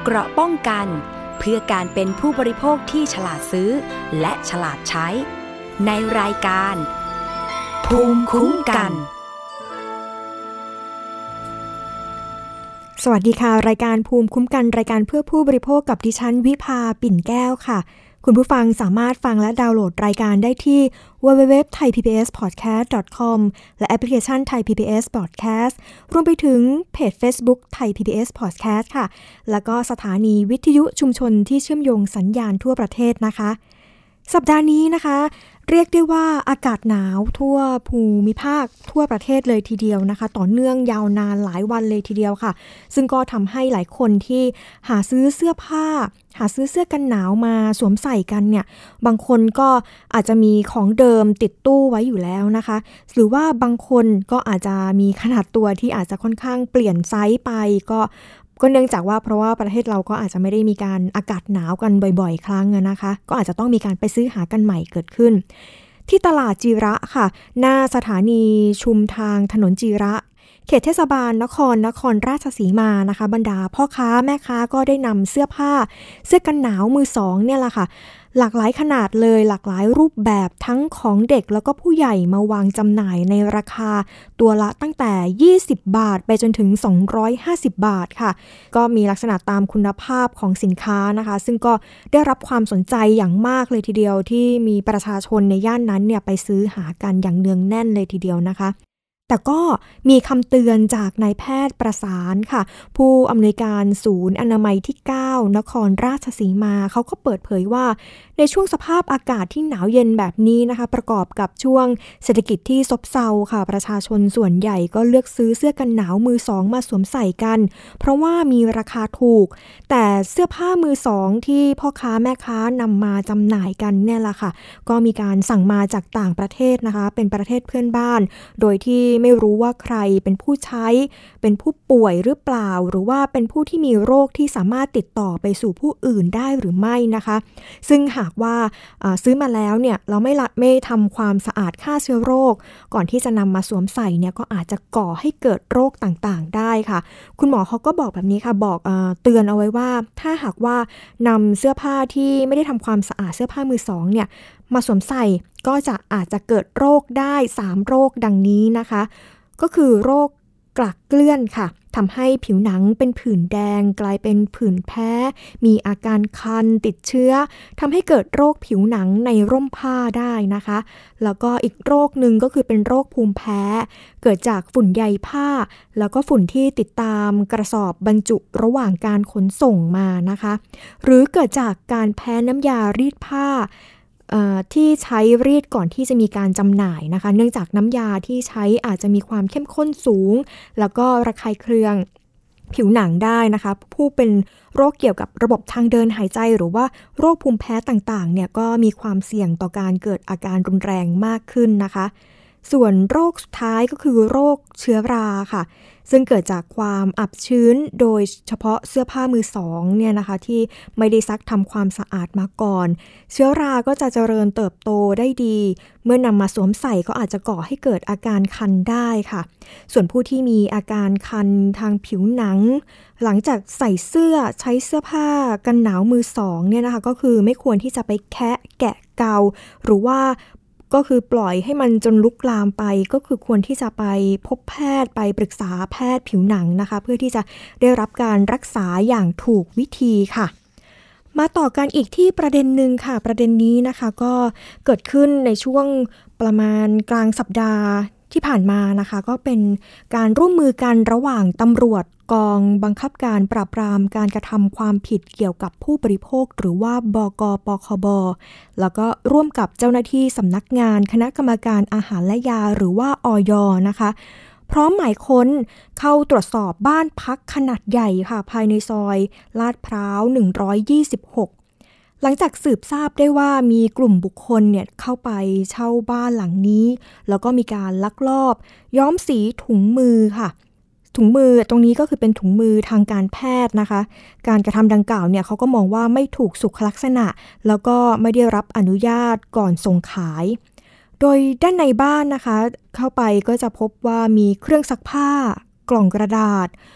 เกราะป้องกันเพื่อการเป็นผู้บริโภคที่ฉลาดซื้อและฉลาดใช้ในรายการภูมิคุ้มกันสวัสดีค่ะรายการภูมิคุ้มกันรายการเพื่อผู้บริโภคกับดิฉันวิภาปิ่นแก้วค่ะคุณผู้ฟังสามารถฟังและดาวน์โหลดรายการได้ที่ www.thaipbspodcast.com และแอปพลิเคชัน Thai PBS Podcast รวมไปถึงเพจ Facebook Thai PBS Podcast ค่ะแล้วก็สถานีวิทยุชุมชนที่เชื่อมโยงสัญญาณทั่วประเทศนะคะสัปดาห์นี้นะคะเรียกได้ว่าอากาศหนาวทั่วภูมิภาคทั่วประเทศเลยทีเดียวนะคะต่อเนื่องยาวนานหลายวันเลยทีเดียวค่ะซึ่งก็ทำให้หลายคนที่หาซื้อเสื้อผ้าหาซื้อเสื้อกันหนาวมาสวมใส่กันเนี่ยบางคนก็อาจจะมีของเดิมติดตู้ไว้อยู่แล้วนะคะหรือว่าบางคนก็อาจจะมีขนาดตัวที่อาจจะค่อนข้างเปลี่ยนไซส์ไปก็เนื่องจากว่าเพราะว่าประเทศเราก็อาจจะไม่ได้มีการอากาศหนาวกันบ่อยๆครั้งนะคะก็อาจจะต้องมีการไปซื้อหากันใหม่เกิดขึ้นที่ตลาดจีระค่ะหน้าสถานีชุมทางถนนจีระเขตเทศบาลนครราชสีมานะคะบรรดาพ่อค้าแม่ค้าก็ได้นำเสื้อผ้าเสื้อกันหนาวมือสองเนี่ยแหละค่ะหลากหลายขนาดเลยหลากหลายรูปแบบทั้งของเด็กแล้วก็ผู้ใหญ่มาวางจำหน่ายในราคาตัวละตั้งแต่20 บาทไปจนถึง250 บาทค่ะก็มีลักษณะตามคุณภาพของสินค้านะคะซึ่งก็ได้รับความสนใจอย่างมากเลยทีเดียวที่มีประชาชนในย่านนั้นเนี่ยไปซื้อหากันอย่างเนืองแน่นเลยทีเดียวนะคะแต่ก็มีคำเตือนจากนายแพทย์ประสานค่ะผู้อำนวยการศูนย์อนามัยที่9นครราชสีมาเขาก็เปิดเผยว่าในช่วงสภาพอากาศที่หนาวเย็นแบบนี้นะคะประกอบกับช่วงเศรษฐกิจที่ซบเซาค่ะประชาชนส่วนใหญ่ก็เลือกซื้อเสื้อกันหนาวมือสองมาสวมใส่กันเพราะว่ามีราคาถูกแต่เสื้อผ้ามือสองที่พ่อค้าแม่ค้านำมาจำหน่ายกันเนี่ยล่ะค่ะก็มีการสั่งมาจากต่างประเทศนะคะเป็นประเทศเพื่อนบ้านโดยที่ไม่รู้ว่าใครเป็นผู้ใช้เป็นผู้ป่วยหรือเปล่าหรือว่าเป็นผู้ที่มีโรคที่สามารถติดต่อไปสู่ผู้อื่นได้หรือไม่นะคะซึ่งหากว่าซื้อมาแล้วเนี่ยเราไม่ทำความสะอาดฆ่าเชื้อโรคก่อนที่จะนำมาสวมใส่เนี่ยก็อาจจะก่อให้เกิดโรคต่างๆได้ค่ะคุณหมอเขาก็บอกแบบนี้ค่ะบอกเตือนเอาไว้ว่าถ้าหากว่านำเสื้อผ้าที่ไม่ได้ทำความสะอาดเสื้อผ้ามือสองเนี่ยมาสวมใส่ก็อาจจะเกิดโรคได้3โรคดังนี้นะคะก็คือโรคกลักเกลื่อนค่ะทำให้ผิวหนังเป็นผื่นแดงกลายเป็นผื่นแพ้มีอาการคันติดเชื้อทำให้เกิดโรคผิวหนังในร่มผ้าได้นะคะแล้วก็อีกโรคหนึ่งก็คือเป็นโรคภูมิแพ้เกิดจากฝุ่นใยผ้าแล้วก็ฝุ่นที่ติดตามกระสอบบรรจุระหว่างการขนส่งมานะคะหรือเกิดจากการแพ้น้ำยารีดผ้าที่ใช้รีดก่อนที่จะมีการจำหน่ายนะคะเนื่องจากน้ำยาที่ใช้อาจจะมีความเข้มข้นสูงแล้วก็ระคายเคืองผิวหนังได้นะคะผู้เป็นโรคเกี่ยวกับระบบทางเดินหายใจหรือว่าโรคภูมิแพ้ต่างๆเนี่ยก็มีความเสี่ยงต่อการเกิดอาการรุนแรงมากขึ้นนะคะส่วนโรคสุดท้ายก็คือโรคเชื้อราค่ะซึ่งเกิดจากความอับชื้นโดยเฉพาะเสื้อผ้ามือสองเนี่ยนะคะที่ไม่ได้ซักทำความสะอาดมาก่อนเชื้อราก็จะเจริญเติบโตได้ดีเมื่อนำมาสวมใส่ก็อาจจะก่อให้เกิดอาการคันได้ค่ะส่วนผู้ที่มีอาการคันทางผิวหนังหลังจากใส่ใช้เสื้อผ้ากันหนาวมือสองเนี่ยนะคะก็คือไม่ควรที่จะไปแกะเกาหรือว่าก็คือปล่อยให้มันจนลุกลามไปก็คือควรที่จะไปพบแพทย์ไปปรึกษาแพทย์ผิวหนังนะคะเพื่อที่จะได้รับการรักษาอย่างถูกวิธีค่ะมาต่อกันอีกที่ประเด็นหนึ่งค่ะประเด็นนี้นะคะก็เกิดขึ้นในช่วงประมาณกลางสัปดาห์ที่ผ่านมานะคะก็เป็นการร่วมมือกันระหว่างตำรวจกองบังคับการปราบปรามการกระทำความผิดเกี่ยวกับผู้บริโภคหรือว่าบก.ปคบ.แล้วก็ร่วมกับเจ้าหน้าที่สำนักงานคณะกรรมการอาหารและยาหรือว่าอย.นะคะพร้อมหมายค้นเข้าตรวจสอบบ้านพักขนาดใหญ่ค่ะภายในซอยลาดพร้าว126หลังจากสืบทราบได้ว่ามีกลุ่มบุคคลเนี่ยเข้าไปเช่าบ้านหลังนี้แล้วก็มีการลักลอบย้อมสีถุงมือค่ะถุงมือตรงนี้ก็คือเป็นถุงมือทางการแพทย์นะคะการกระทำดังกล่าวเนี่ยเขาก็มองว่าไม่ถูกสุขลักษณะแล้วก็ไม่ได้รับอนุญาตก่อนส่งขายโดยด้านในบ้านนะคะเข้าไปก็จะพบว่ามีเครื่องซักผ้ากล่องกระดาษ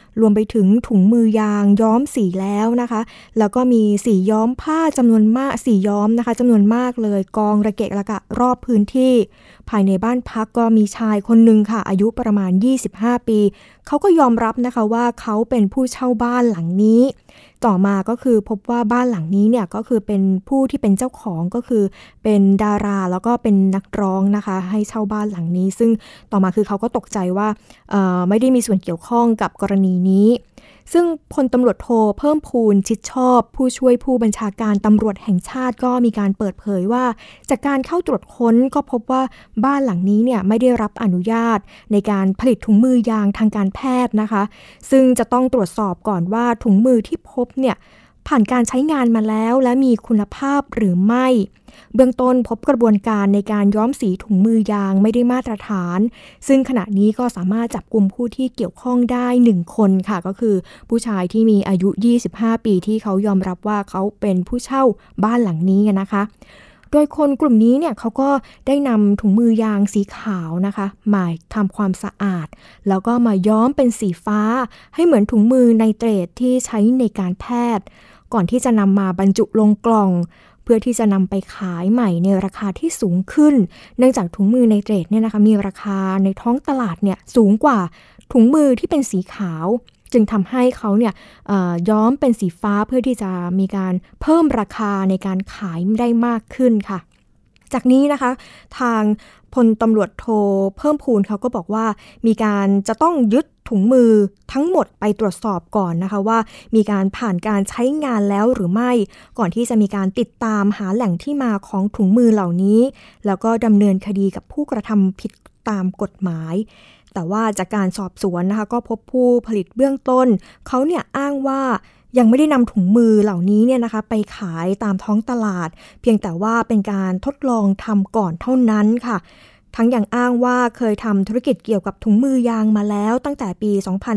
รวมไปถึงถุงมือยางย้อมสีแล้วนะคะแล้วก็มีสีย้อมผ้าจำนวนมากสีย้อมนะคะจำนวนมากเลยกองระเกะระกะรอบพื้นที่ภายในบ้านพักก็มีชายคนหนึ่งค่ะอายุประมาณ25ปีเขาก็ยอมรับนะคะว่าเขาเป็นผู้เช่าบ้านหลังนี้ต่อมาก็คือพบว่าบ้านหลังนี้เนี่ยก็คือเป็นผู้ที่เป็นเจ้าของก็คือเป็นดาราแล้วก็เป็นนักร้องนะคะให้เช่าบ้านหลังนี้ซึ่งต่อมาคือเขาก็ตกใจว่าไม่ได้มีส่วนเกี่ยวข้องกับกรณีนี้ซึ่งพลตำรวจโทเพิ่มพูนชิดชอบผู้ช่วยผู้บัญชาการตำรวจแห่งชาติก็มีการเปิดเผยว่าจากการเข้าตรวจค้นก็พบว่าบ้านหลังนี้เนี่ยไม่ได้รับอนุญาตในการผลิตถุงมือยางทางการแพทย์นะคะซึ่งจะต้องตรวจสอบก่อนว่าถุงมือที่พบเนี่ยผ่านการใช้งานมาแล้วและมีคุณภาพหรือไม่เบื้องต้นพบกระบวนการในการย้อมสีถุงมือยางไม่ได้มาตรฐานซึ่งขณะนี้ก็สามารถจับกุมผู้ที่เกี่ยวข้องได้1คนค่ะก็คือผู้ชายที่มีอายุ25ปีที่เขายอมรับว่าเขาเป็นผู้เช่าบ้านหลังนี้นะคะโดยคนกลุ่มนี้เนี่ยเขาก็ได้นำถุงมือยางสีขาวนะคะมาทำความสะอาดแล้วก็มาย้อมเป็นสีฟ้าให้เหมือนถุงมือไนเตรตที่ใช้ในการแพทย์ก่อนที่จะนำมาบรรจุลงกล่องเพื่อที่จะนำไปขายใหม่ในราคาที่สูงขึ้นเนื่องจากถุงมือไนเตรตเนี่ยนะคะมีราคาในท้องตลาดเนี่ยสูงกว่าถุงมือที่เป็นสีขาวจึงทำให้เขาเนี่ยย้อมเป็นสีฟ้าเพื่อที่จะมีการเพิ่มราคาในการขายได้มากขึ้นค่ะจากนี้นะคะทางพลตำรวจโทเพิ่มพูนเขาก็บอกว่ามีการจะต้องยึดถุงมือทั้งหมดไปตรวจสอบก่อนนะคะว่ามีการผ่านการใช้งานแล้วหรือไม่ก่อนที่จะมีการติดตามหาแหล่งที่มาของถุงมือเหล่านี้แล้วก็ดำเนินคดีกับผู้กระทำผิดตามกฎหมายแต่ว่าจากการสอบสวนนะคะก็พบผู้ผลิตเบื้องต้นเขาเนี่ยอ้างว่ายังไม่ได้นำถุงมือเหล่านี้เนี่ยนะคะไปขายตามท้องตลาดเพียงแต่ว่าเป็นการทดลองทำก่อนเท่านั้นค่ะทั้งยังอ้างว่าเคยทำธุรกิจเกี่ยวกับถุงมือยางมาแล้วตั้งแต่ปี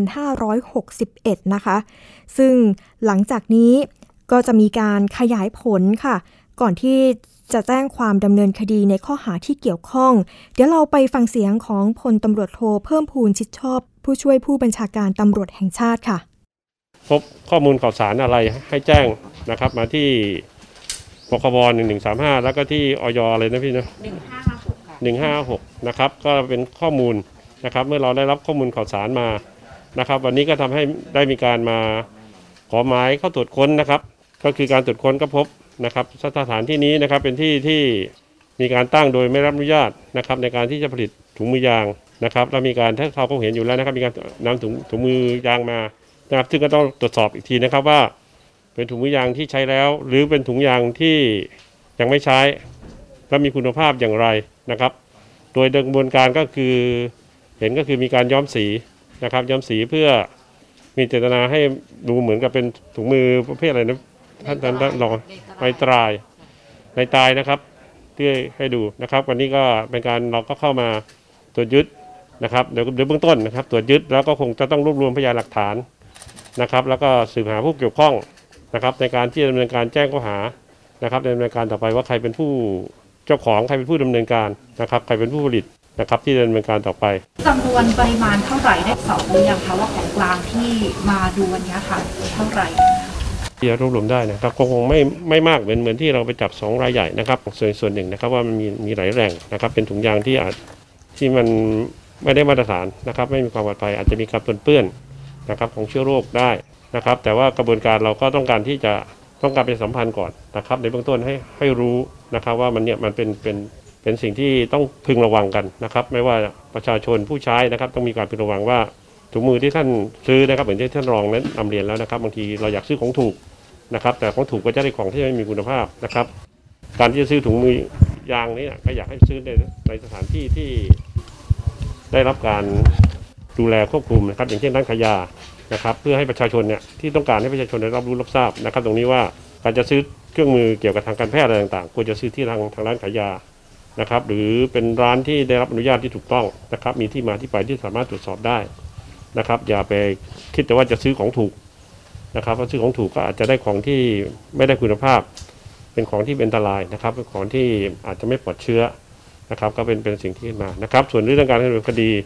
2561 นะคะซึ่งหลังจากนี้ก็จะมีการขยายผลค่ะก่อนที่จะแจ้งความดำเนินคดีในข้อหาที่เกี่ยวข้องเดี๋ยวเราไปฟังเสียงของพลตำรวจโทเพิ่มพูนชิดชอบผู้ช่วยผู้บัญชาการตำรวจแห่งชาติค่ะพบข้อมูลข่าวสารอะไรให้แจ้งนะครับมาที่ปคบ1135แล้วก็ที่อย.อะไรนะพี่นะ1556ค่ะ1556นะครับก็เป็นข้อมูลนะครับเมื่อเราได้รับข้อมูลข่าวสารมานะครับวันนี้ก็ทำให้ได้มีการมาขอหมายเข้าตรวจค้นนะครับก็คือการตรวจค้นก็พบนะครับสถานที่นี้นะครับเป็นที่ที่มีการตั้งโดยไม่รับอนุญาตนะครับในการที่จะผลิตถุงมือยางนะครับแล้วมีการถ้าเราก็เห็นอยู่แล้วนะครับมีการนำถุงมือยางมานะครับซึ่งก็ต้องตรวจสอบอีกทีนะครับว่าเป็นถุงมือยางที่ใช้แล้วหรือเป็นถุงยางที่ยังไม่ใช้และมีคุณภาพอย่างไรนะครับโดยกระบวนการก็คือเห็นก็คือมีการย้อมสีนะครับย้อมสีเพื่อมีเจตนาให้ดูเหมือนกับเป็นถุงมือประเภทอะไรนะท่านลองในตายนะครับเพื่อให้ดูนะครับวันนี้ก็เป็นการเราก็เข้ามาตรวจยึดนะครับเดี๋ยวเบื้องต้นนะครับตรวจยึดแล้วก็คงจะต้องรวบรวมพยานหลักฐานนะครับแล้วก็สืบหาผู้เกี่ยวข้องนะครับในการที่จะดำเนินการแจ้งข้อหานะครับดำเนินการต่อไปว่าใครเป็นผู้เจ้าของใครเป็นผู้ดำเนินการนะครับใครเป็นผู้ผลิตนะครับที่ดำเนินการต่อไปจำนวนปริมาณเท่าไหร่ได้สอบหรือยังคะว่าของกลางที่มาดูวันนี้ค่ะเท่าไหร่ที่รวบรวมได้นะครับคงไม่มากเหมือนที่เราไปจับ2รายใหญ่นะครับส่วนหนึ่งนะครับว่ามันมีหลายแหล่งนะครับเป็นถุงยางที่มันไม่ได้มาตรฐานนะครับไม่มีความปลอดภัยอาจจะมีการปนเปื้อนนะครับของเชื้อโรคได้นะครับแต่ว่ากระบวนการเราก็ต้องการไปสัมพันธ์ก่อนนะครับในเบื้องต้นให้รู้นะครับว่ามันเป็นสิ่งที่ต้องพึงระวังกันนะครับไม่ว่าประชาชนผู้ใช้นะครับต้องมีการพึงระวังว่าถุงมือที่ท่านซื้อนะครับเหมือนที่ท่านรองนั้นนำเรียนแล้วนะครับบางทีเราอยากซื้อของถูกนะครับแต่ของถูกก็จะได้ของที่ไม่มีคุณภาพนะครับการที่จะซื้อถุงมือยางนี้ก็อยากให้ซื้อในสถานที่ที่ได้รับการดูแลควบคุมนะครับอย่างเช่นร้านขายยานะครับเพื่อให้ประชาชนเนี่ยที่ต้องการให้ประชาชนได้รับรู้รับทราบนะครับตรงนี้ว่าการจะซื้อเครื่องมือเกี่ยวกับทางการแพทย์อะไรต่างๆควรจะซื้อที่ทางร้านขายยานะครับหรือเป็นร้านที่ได้รับอนุญาตที่ถูกต้องนะครับมีที่มาที่ไปที่สามารถตรวจสอบได้นะครับอย่าไปคิดแต่ว่าจะซื้อของถูกนะครับเพราะซื้อของถูกก็อาจจะได้ของที่ไม่ได้คุณภาพเป็นของที่เป็นอันตรายนะครับเป็นของที่อาจจะไม่ปลอดเชื้อนะครับก็เป็นสิ่งที่มานะครับส่วนเรื่องการดำเนินคดี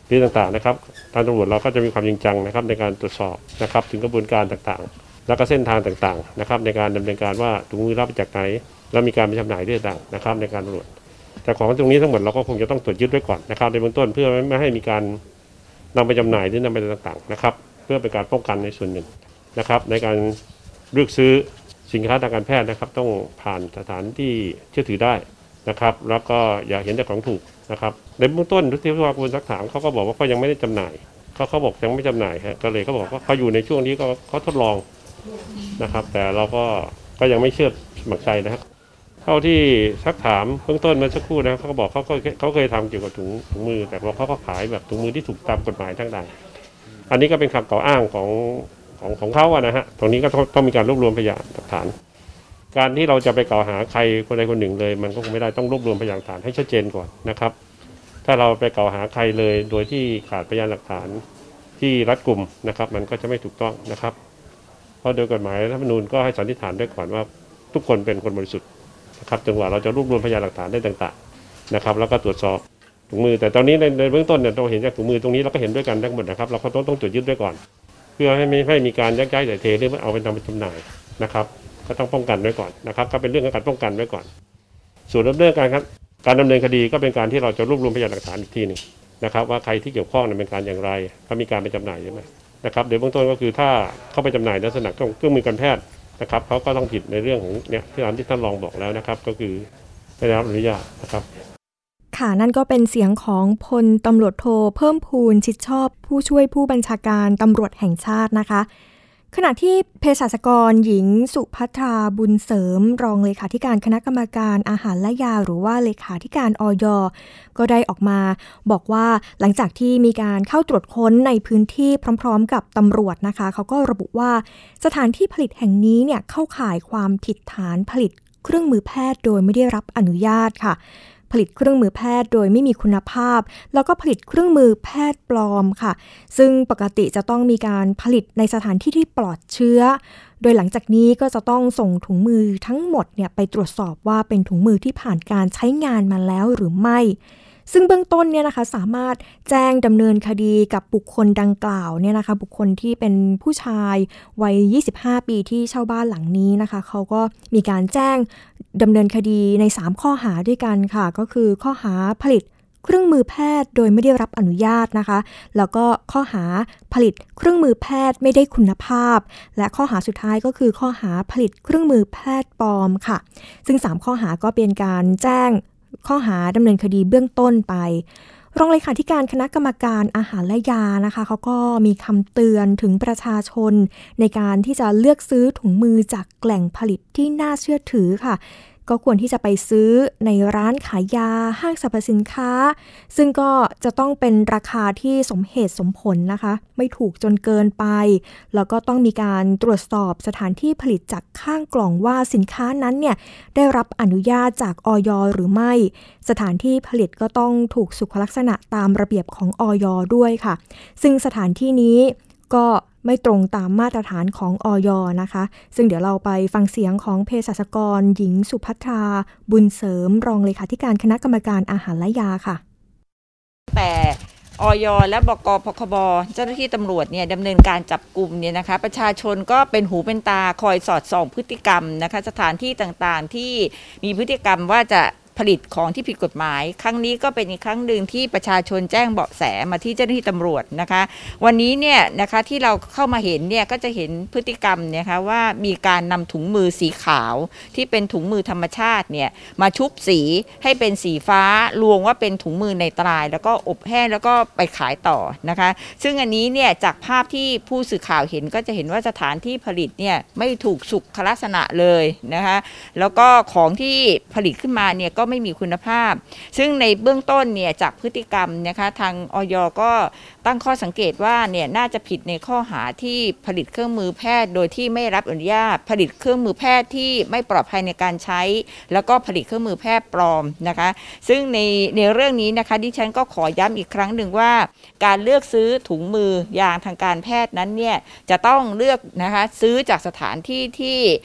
ที่ต่างๆนะครับทางตำรวจเราก็จะมีความจริงจังนะครับในการตรวจสอบนะครับถึงกระบวนการต่างๆแล้วก็เส้นทางต่างๆนะครับในการดำเนินการว่าถุงมือรับมาจากไหนแล้วมีการไปจำหน่ายด้วยต่างนะครับในการตรวจแต่ของตรงนี้ทั้งหมดเราก็คงจะต้องตรวจยึดไว้ก่อนนะครับในเบื้องต้นเพื่อไม่ให้มีการนำไปจำหน่ายหรือนำไปต่างๆนะครับเพื่อเป็นการป้องกันในส่วนหนึ่งนะครับในการเลือกซื้อสินค้าทางการแพทย์นะครับต้องผ่านสถานที่เชื่อถือได้นะครับแล้วก็อย่าเห็นแต่ของถูกนะครับในเบื้องต้นที่ว่าคุณซักถามเขาก็บอกว่าเขายังไม่ได้จำหน่ายเขาบอกยังไม่จำหน่ายครับก็เลยเขาบอกว่าเขาอยู่ในช่วงนี้ก็เขาทดลองนะครับแต่เราก็ยังไม่เชื่อสมัครใจนะครับเท่าที่ซักถามเบื้องต้นเมื่อสักครู่นะเขาก็บอกเขาเคยทำเกี่ยวกับถุงมือแต่ว่าเขาก็ขายแบบถุงมือที่ถูกตามกฎหมายต่างๆอันนี้ก็เป็นคำกล่าวอ้างของเขาอะนะฮะตรงนี้ก็ต้องมีการรวบรวมพยานหลักฐานการที่เราจะไปกล่าวหาใครคนใดคนหนึ่งเลยมันก็คงไม่ได้ต้องรวบรวมพยานหลักฐานให้ชัดเจนก่อนนะครับถ้าเราไปกล่าวหาใครเลยโดยที่ขาดพยานหลักฐานที่รัดกุมนะครับมันก็จะไม่ถูกต้องนะครับเพราะโดยกฎหมายรัฐธรรมนูญก็ให้สันนิษฐานด้วยก่อนว่าทุกคนเป็นคนบริสุทธิ์นะครับจนกว่าเราจะรวบรวมพยานหลักฐานได้ต่างๆนะครับแล้วก็ตรวจสอบถุงมือแต่ตอนนี้ในเบื้องต้นเนี่ยเราเห็นจากถุงมือตรงนี้เราก็เห็นด้วยกันทั้งหมดนะครับเราก็ต้องตรวจยึดด้วยก่อนเพื่อให้มีการยักย้ายถ่ายเทหรือเอาไปนำไปจำหน่ายนะครับก็ต้องป้องกันไว้ก่อนนะครับก็เป็นเรื่องของการป้องกันไว้ก่อนส่วนเรื่องการดำเนินคดีก็เป็นการที่เราจะรวบรวมพยานหลักฐานอีกทีนึงนะครับว่าใครที่เกี่ยวข้องเป็นการอย่างไรเขามีการไปจำหน่ายใช่ไหมนะครับโดยเบื้องต้นก็คือถ้าเข้าไปจำหน่ายลักษณะเครื่องมือการแพทย์นะครับเขาก็ต้องผิดในเรื่องของเนี่ยที่ท่านรองบอกแล้วนะครับก็คือไม่ได้รับอนุญาตนะครับค่ะนั่นก็เป็นเสียงของพลตำรวจโทเพิ่มพูนชิดชอบผู้ช่วยผู้บัญชาการตำรวจแห่งชาตินะคะขณะที่เภสัชกรหญิงสุภัทราบุญเสริมรองเลขาธิการคณะกรรมการอาหารและยาหรือว่าเลขาธิการอย.ก็ได้ออกมาบอกว่าหลังจากที่มีการเข้าตรวจค้นในพื้นที่พร้อมๆกับตำรวจนะคะเขาก็ระบุว่าสถานที่ผลิตแห่งนี้เนี่ยเข้าข่ายความผิดฐานผลิตเครื่องมือแพทย์โดยไม่ได้รับอนุญาตค่ะผลิตเครื่องมือแพทย์โดยไม่มีคุณภาพแล้วก็ผลิตเครื่องมือแพทย์ปลอมค่ะซึ่งปกติจะต้องมีการผลิตในสถานที่ที่ปลอดเชื้อโดยหลังจากนี้ก็จะต้องส่งถุงมือทั้งหมดเนี่ยไปตรวจสอบว่าเป็นถุงมือที่ผ่านการใช้งานมาแล้วหรือไม่ซึ่งเบื้องต้นเนี่ยนะคะสามารถแจ้งดำเนินคดีกับบุคคลดังกล่าวเนี่ยนะคะบุคคลที่เป็นผู้ชายวัย25ปีที่เช่าบ้านหลังนี้นะคะเขาก็มีการแจ้งดำเนินคดีใน3ข้อหาด้วยกันค่ะก็คือข้อหาผลิตเครื่องมือแพทย์โดยไม่ได้รับอนุญาตนะคะแล้วก็ข้อหาผลิตเครื่องมือแพทย์ไม่ได้คุณภาพและข้อหาสุดท้ายก็คือข้อหาผลิตเครื่องมือแพทย์ปลอมค่ะซึ่ง3ข้อหาก็เป็นการแจ้งข้อหาดำเนินคดีเบื้องต้นไปรองเลขาธิการคณะกรรมการอาหารและยานะคะเขาก็มีคำเตือนถึงประชาชนในการที่จะเลือกซื้อถุงมือจากแหล่งผลิตที่น่าเชื่อถือค่ะก็ควรที่จะไปซื้อในร้านขายยาห้างสรรพสินค้าซึ่งก็จะต้องเป็นราคาที่สมเหตุสมผลนะคะไม่ถูกจนเกินไปแล้วก็ต้องมีการตรวจสอบสถานที่ผลิตจากข้างกล่องว่าสินค้านั้นเนี่ยได้รับอนุญาตจากอย.หรือไม่สถานที่ผลิตก็ต้องถูกสุขลักษณะตามระเบียบของอย.ด้วยค่ะซึ่งสถานที่นี้ก็ไม่ตรงตามมาตรฐานของอย.นะคะซึ่งเดี๋ยวเราไปฟังเสียงของเภสัชกรหญิงสุภัทราบุญเสริมรองเลขาธิการคณะกรรมการอาหารและยาค่ะแต่อย.และบก.พคบ.เจ้าหน้าที่ตำรวจเนี่ยดำเนินการจับกลุ่มเนี่ยนะคะประชาชนก็เป็นหูเป็นตาคอยสอดส่องพฤติกรรมนะคะสถานที่ต่างๆที่มีพฤติกรรมว่าจะผลิตของที่ผิดกฎหมายครั้งนี้ก็เป็นอีกครั้งหนึ่งที่ประชาชนแจ้งเบาะแสมาที่เจ้าหน้าที่ตำรวจนะคะวันนี้เนี่ยนะคะที่เราเข้ามาเห็นเนี่ยก็จะเห็นพฤติกรรมเนี่ยค่ะว่ามีการนำถุงมือสีขาวที่เป็นถุงมือธรรมชาติเนี่ยมาชุบสีให้เป็นสีฟ้าลวงว่าเป็นถุงมือในตรายแล้วก็อบแห้งแล้วก็ไปขายต่อนะคะซึ่งอันนี้เนี่ยจากภาพที่ผู้สื่อข่าวเห็นก็จะเห็นว่าสถานที่ผลิตเนี่ยไม่ถูกสุขลักษณะเลยนะคะแล้วก็ของที่ผลิตขึ้นมาเนี่ยก็ไม่มีคุณภาพซึ่งในเบื้องต้นเนี่ยจากพฤติกรรมนะคะทางอย.ก็ตั้งข้อสังเกตว่าเนี่ยน่าจะผิดในข้อหาที่ผลิตเครื่องมือแพทย์โดยที่ไม่รับอนุญาตผลิตเครื่องมือแพทย์ที่ไม่ปลอดภัยในการใช้แล้วก็ผลิตเครื่องมือแพทย์ปลอมนะคะซึ่งในเรื่องนี้นะคะดิฉันก็ขอย้ำอีกครั้งหนึ่งว่าการเลือกซื้อถุงมือยางทางการแพทย์นั้นเนี่ยจะต้องเลือกนะคะซื้อจากสถานที่ที่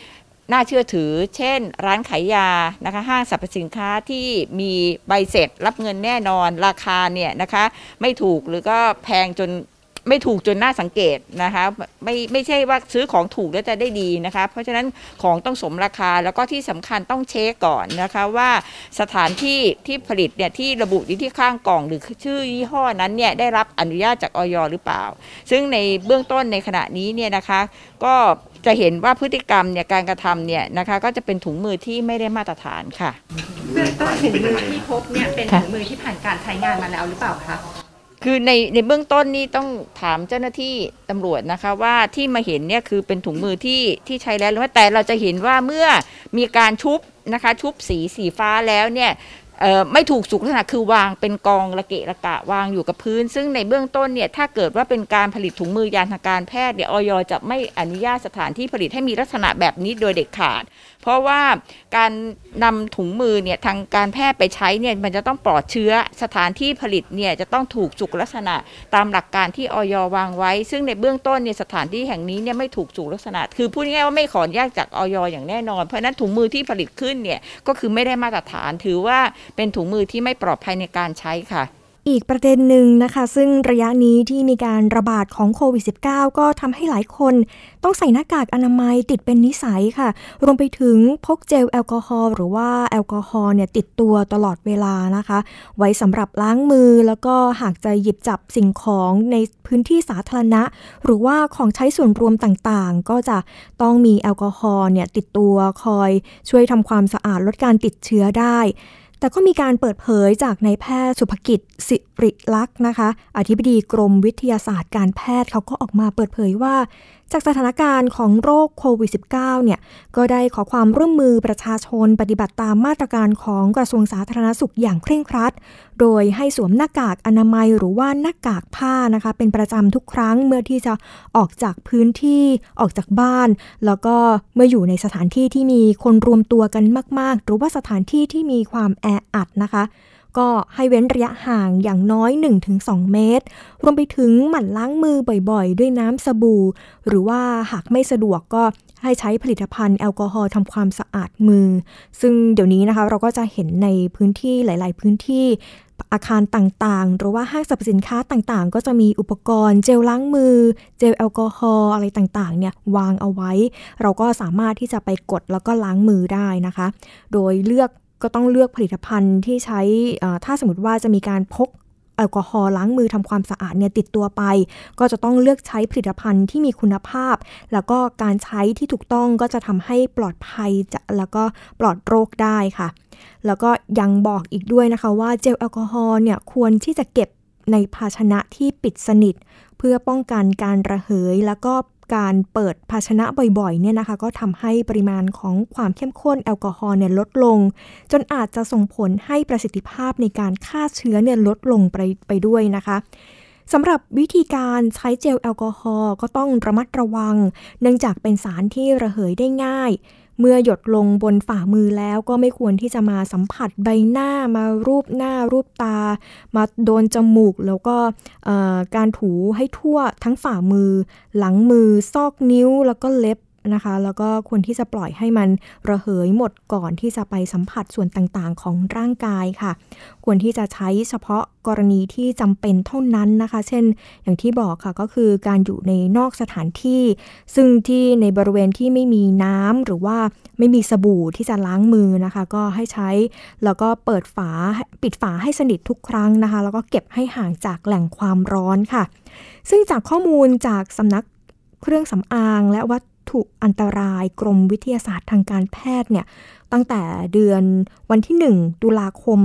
น่าเชื่อถือเช่นร้านขายยานะคะห้างสรรพสินค้าที่มีใบเสร็จรับเงินแน่นอนราคาเนี่ยนะคะไม่ถูกหรือก็แพงจนไม่ถูกจนน่าสังเกตนะคะไม่ใช่ว่าซื้อของถูกแล้วจะได้ดีนะคะเพราะฉะนั้นของต้องสมราคาแล้วก็ที่สำคัญต้องเช็คก่อนนะคะว่าสถานที่ที่ผลิตเนี่ยที่ระบุที่ข้างกล่องหรือชื่อยี่ห้อนั้นเนี่ยได้รับอนุญาตจากอย.หรือเปล่าซึ่งในเบื้องต้นในขณะนี้เนี่ยนะคะก็จะเห็นว่าพฤติกรรมเนี่ยการกระทำเนี่ยนะคะก็จะเป็นถุงมือที่ไม่ได้มาตรฐานค่ะเบื้องต้นถุงมือที่พบเนี่ยเป็นถุงมือที่ผ่านการใช้งานมาแล้วหรือเปล่าคะคือในเบื้องต้นนี่ต้องถามเจ้าหน้าที่ตำรวจนะคะว่าที่มาเห็นเนี่ยคือเป็นถุงมือที่ใช้แล้วหรือว่าแต่เราจะเห็นว่าเมื่อมีการชุบนะคะชุบสีฟ้าแล้วเนี่ยไม่ถูกสุขลักษณะคือวางเป็นกองระเกะระกะวางอยู่กับพื้นซึ่งในเบื้องต้นเนี่ยถ้าเกิดว่าเป็นการผลิตถุงมือยานทางการแพทย์เนี่ยอย.จะไม่อนุญาตสถานที่ผลิตให้มีลักษณะแบบนี้โดยเด็ดขาดเพราะว่าการนำถุงมือเนี่ยทางการแพทย์ไปใช้เนี่ยมันจะต้องปลอดเชื้อสถานที่ผลิตเนี่ยจะต้องถูกสุขลักษณะตามหลักการที่อย.วางไว้ซึ่งในเบื้องต้นเนี่ยสถานที่แห่งนี้เนี่ยไม่ถูกสุขลักษณะคือพูดง่ายๆว่าไม่ขออนุญาตจากอย.อย่างแน่นอนเพราะนั้นถุงมือที่ผลิตขึ้นเนี่ยก็คือไม่ได้มาตรฐานถือว่าเป็นถุงมือที่ไม่ปลอดภัยในการใช้ค่ะอีกประเด็นหนึ่งนะคะซึ่งระยะนี้ที่มีการระบาดของโควิด -19 ก็ทำให้หลายคนต้องใส่หน้ากากอนามัยติดเป็นนิสัยค่ะรวมไปถึงพกเจลแอลกอฮอล์หรือว่าแอลกอฮอล์เนี่ยติดตัวตลอดเวลานะคะไว้สำหรับล้างมือแล้วก็หากจะหยิบจับสิ่งของในพื้นที่สาธารณะหรือว่าของใช้ส่วนรวมต่างๆก็จะต้องมีแอลกอฮอล์เนี่ยติดตัวคอยช่วยทำความสะอาดลดการติดเชื้อได้แต่ก็มีการเปิดเผยจากนายแพทย์สุภกิจสิริลักษณ์นะคะอธิบดีกรมวิทยาศาสตร์การแพทย์เขาก็ออกมาเปิดเผยว่าจากสถานการณ์ของโรคโควิด -19 เนี่ยก็ได้ขอความร่วมมือประชาชนปฏิบัติตามมาตรการของกระทรวงสาธารณสุขอย่างเคร่งครัดโดยให้สวมหน้ากากอนามัยหรือว่าหน้ากากผ้านะคะเป็นประจำทุกครั้งเมื่อที่จะออกจากพื้นที่ออกจากบ้านแล้วก็เมื่ออยู่ในสถานที่ที่มีคนรวมตัวกันมากๆหรือว่าสถานที่ที่มีความแออัดนะคะก็ให้เว้นระยะห่างอย่างน้อย 1-2 เมตรรวมไปถึงหมั่นล้างมือบ่อยๆด้วยน้ำสบู่หรือว่าหากไม่สะดวกก็ให้ใช้ผลิตภัณฑ์แอลกอฮอล์ทำความสะอาดมือซึ่งเดี๋ยวนี้นะคะเราก็จะเห็นในพื้นที่หลายๆพื้นที่อาคารต่างๆหรือว่าห้างสรรพสินค้าต่างๆก็จะมีอุปกรณ์เจลล้างมือเจลแอลกอฮอล์อะไรต่างๆเนี่ยวางเอาไว้เราก็สามารถที่จะไปกดแล้วก็ล้างมือได้นะคะโดยก็ต้องเลือกผลิตภัณฑ์ที่ใช้ถ้าสมมติว่าจะมีการพกแอลกอฮอล์ล้างมือทำความสะอาดเนี่ยติดตัวไปก็จะต้องเลือกใช้ผลิตภัณฑ์ที่มีคุณภาพแล้วก็การใช้ที่ถูกต้องก็จะทำให้ปลอดภัยแล้วก็ปลอดโรคได้ค่ะแล้วก็ยังบอกอีกด้วยนะคะว่าเจลแอลกอฮอล์เนี่ยควรที่จะเก็บในภาชนะที่ปิดสนิทเพื่อป้องกันการระเหยแล้วก็การเปิดภาชนะบ่อยๆเนี่ยนะคะก็ทำให้ปริมาณของความเข้มข้นแอลกอฮอล์เนี่ยลดลงจนอาจจะส่งผลให้ประสิทธิภาพในการฆ่าเชื้อเนี่ยลดลงไปด้วยนะคะสำหรับวิธีการใช้เจลแอลกอฮอล์ก็ต้องระมัดระวังเนื่องจากเป็นสารที่ระเหยได้ง่ายเมื่อหยดลงบนฝ่ามือแล้วก็ไม่ควรที่จะมาสัมผัสใบหน้ามารูปหน้ารูปตามาโดนจมูกแล้วก็การถูให้ทั่วทั้งฝ่ามือหลังมือซอกนิ้วแล้วก็เล็บนะคะแล้วก็ควรที่จะปล่อยให้มันระเหยหมดก่อนที่จะไปสัมผัสส่วนต่างๆของร่างกายค่ะควรที่จะใช้เฉพาะกรณีที่จำเป็นเท่านั้นนะคะเช่นอย่างที่บอกค่ะก็คือการอยู่ในนอกสถานที่ซึ่งที่ในบริเวณที่ไม่มีน้ำหรือว่าไม่มีสบู่ที่จะล้างมือนะคะก็ให้ใช้แล้วก็ปิดฝาให้สนิททุกครั้งนะคะแล้วก็เก็บให้ห่างจากแหล่งความร้อนค่ะซึ่งจากข้อมูลจากสำนักเครื่องสำอางและวัตถุอันตรายกรมวิทยาศาสตร์ทางการแพทย์เนี่ยตั้งแต่เดือนวันที่1ตุลาคม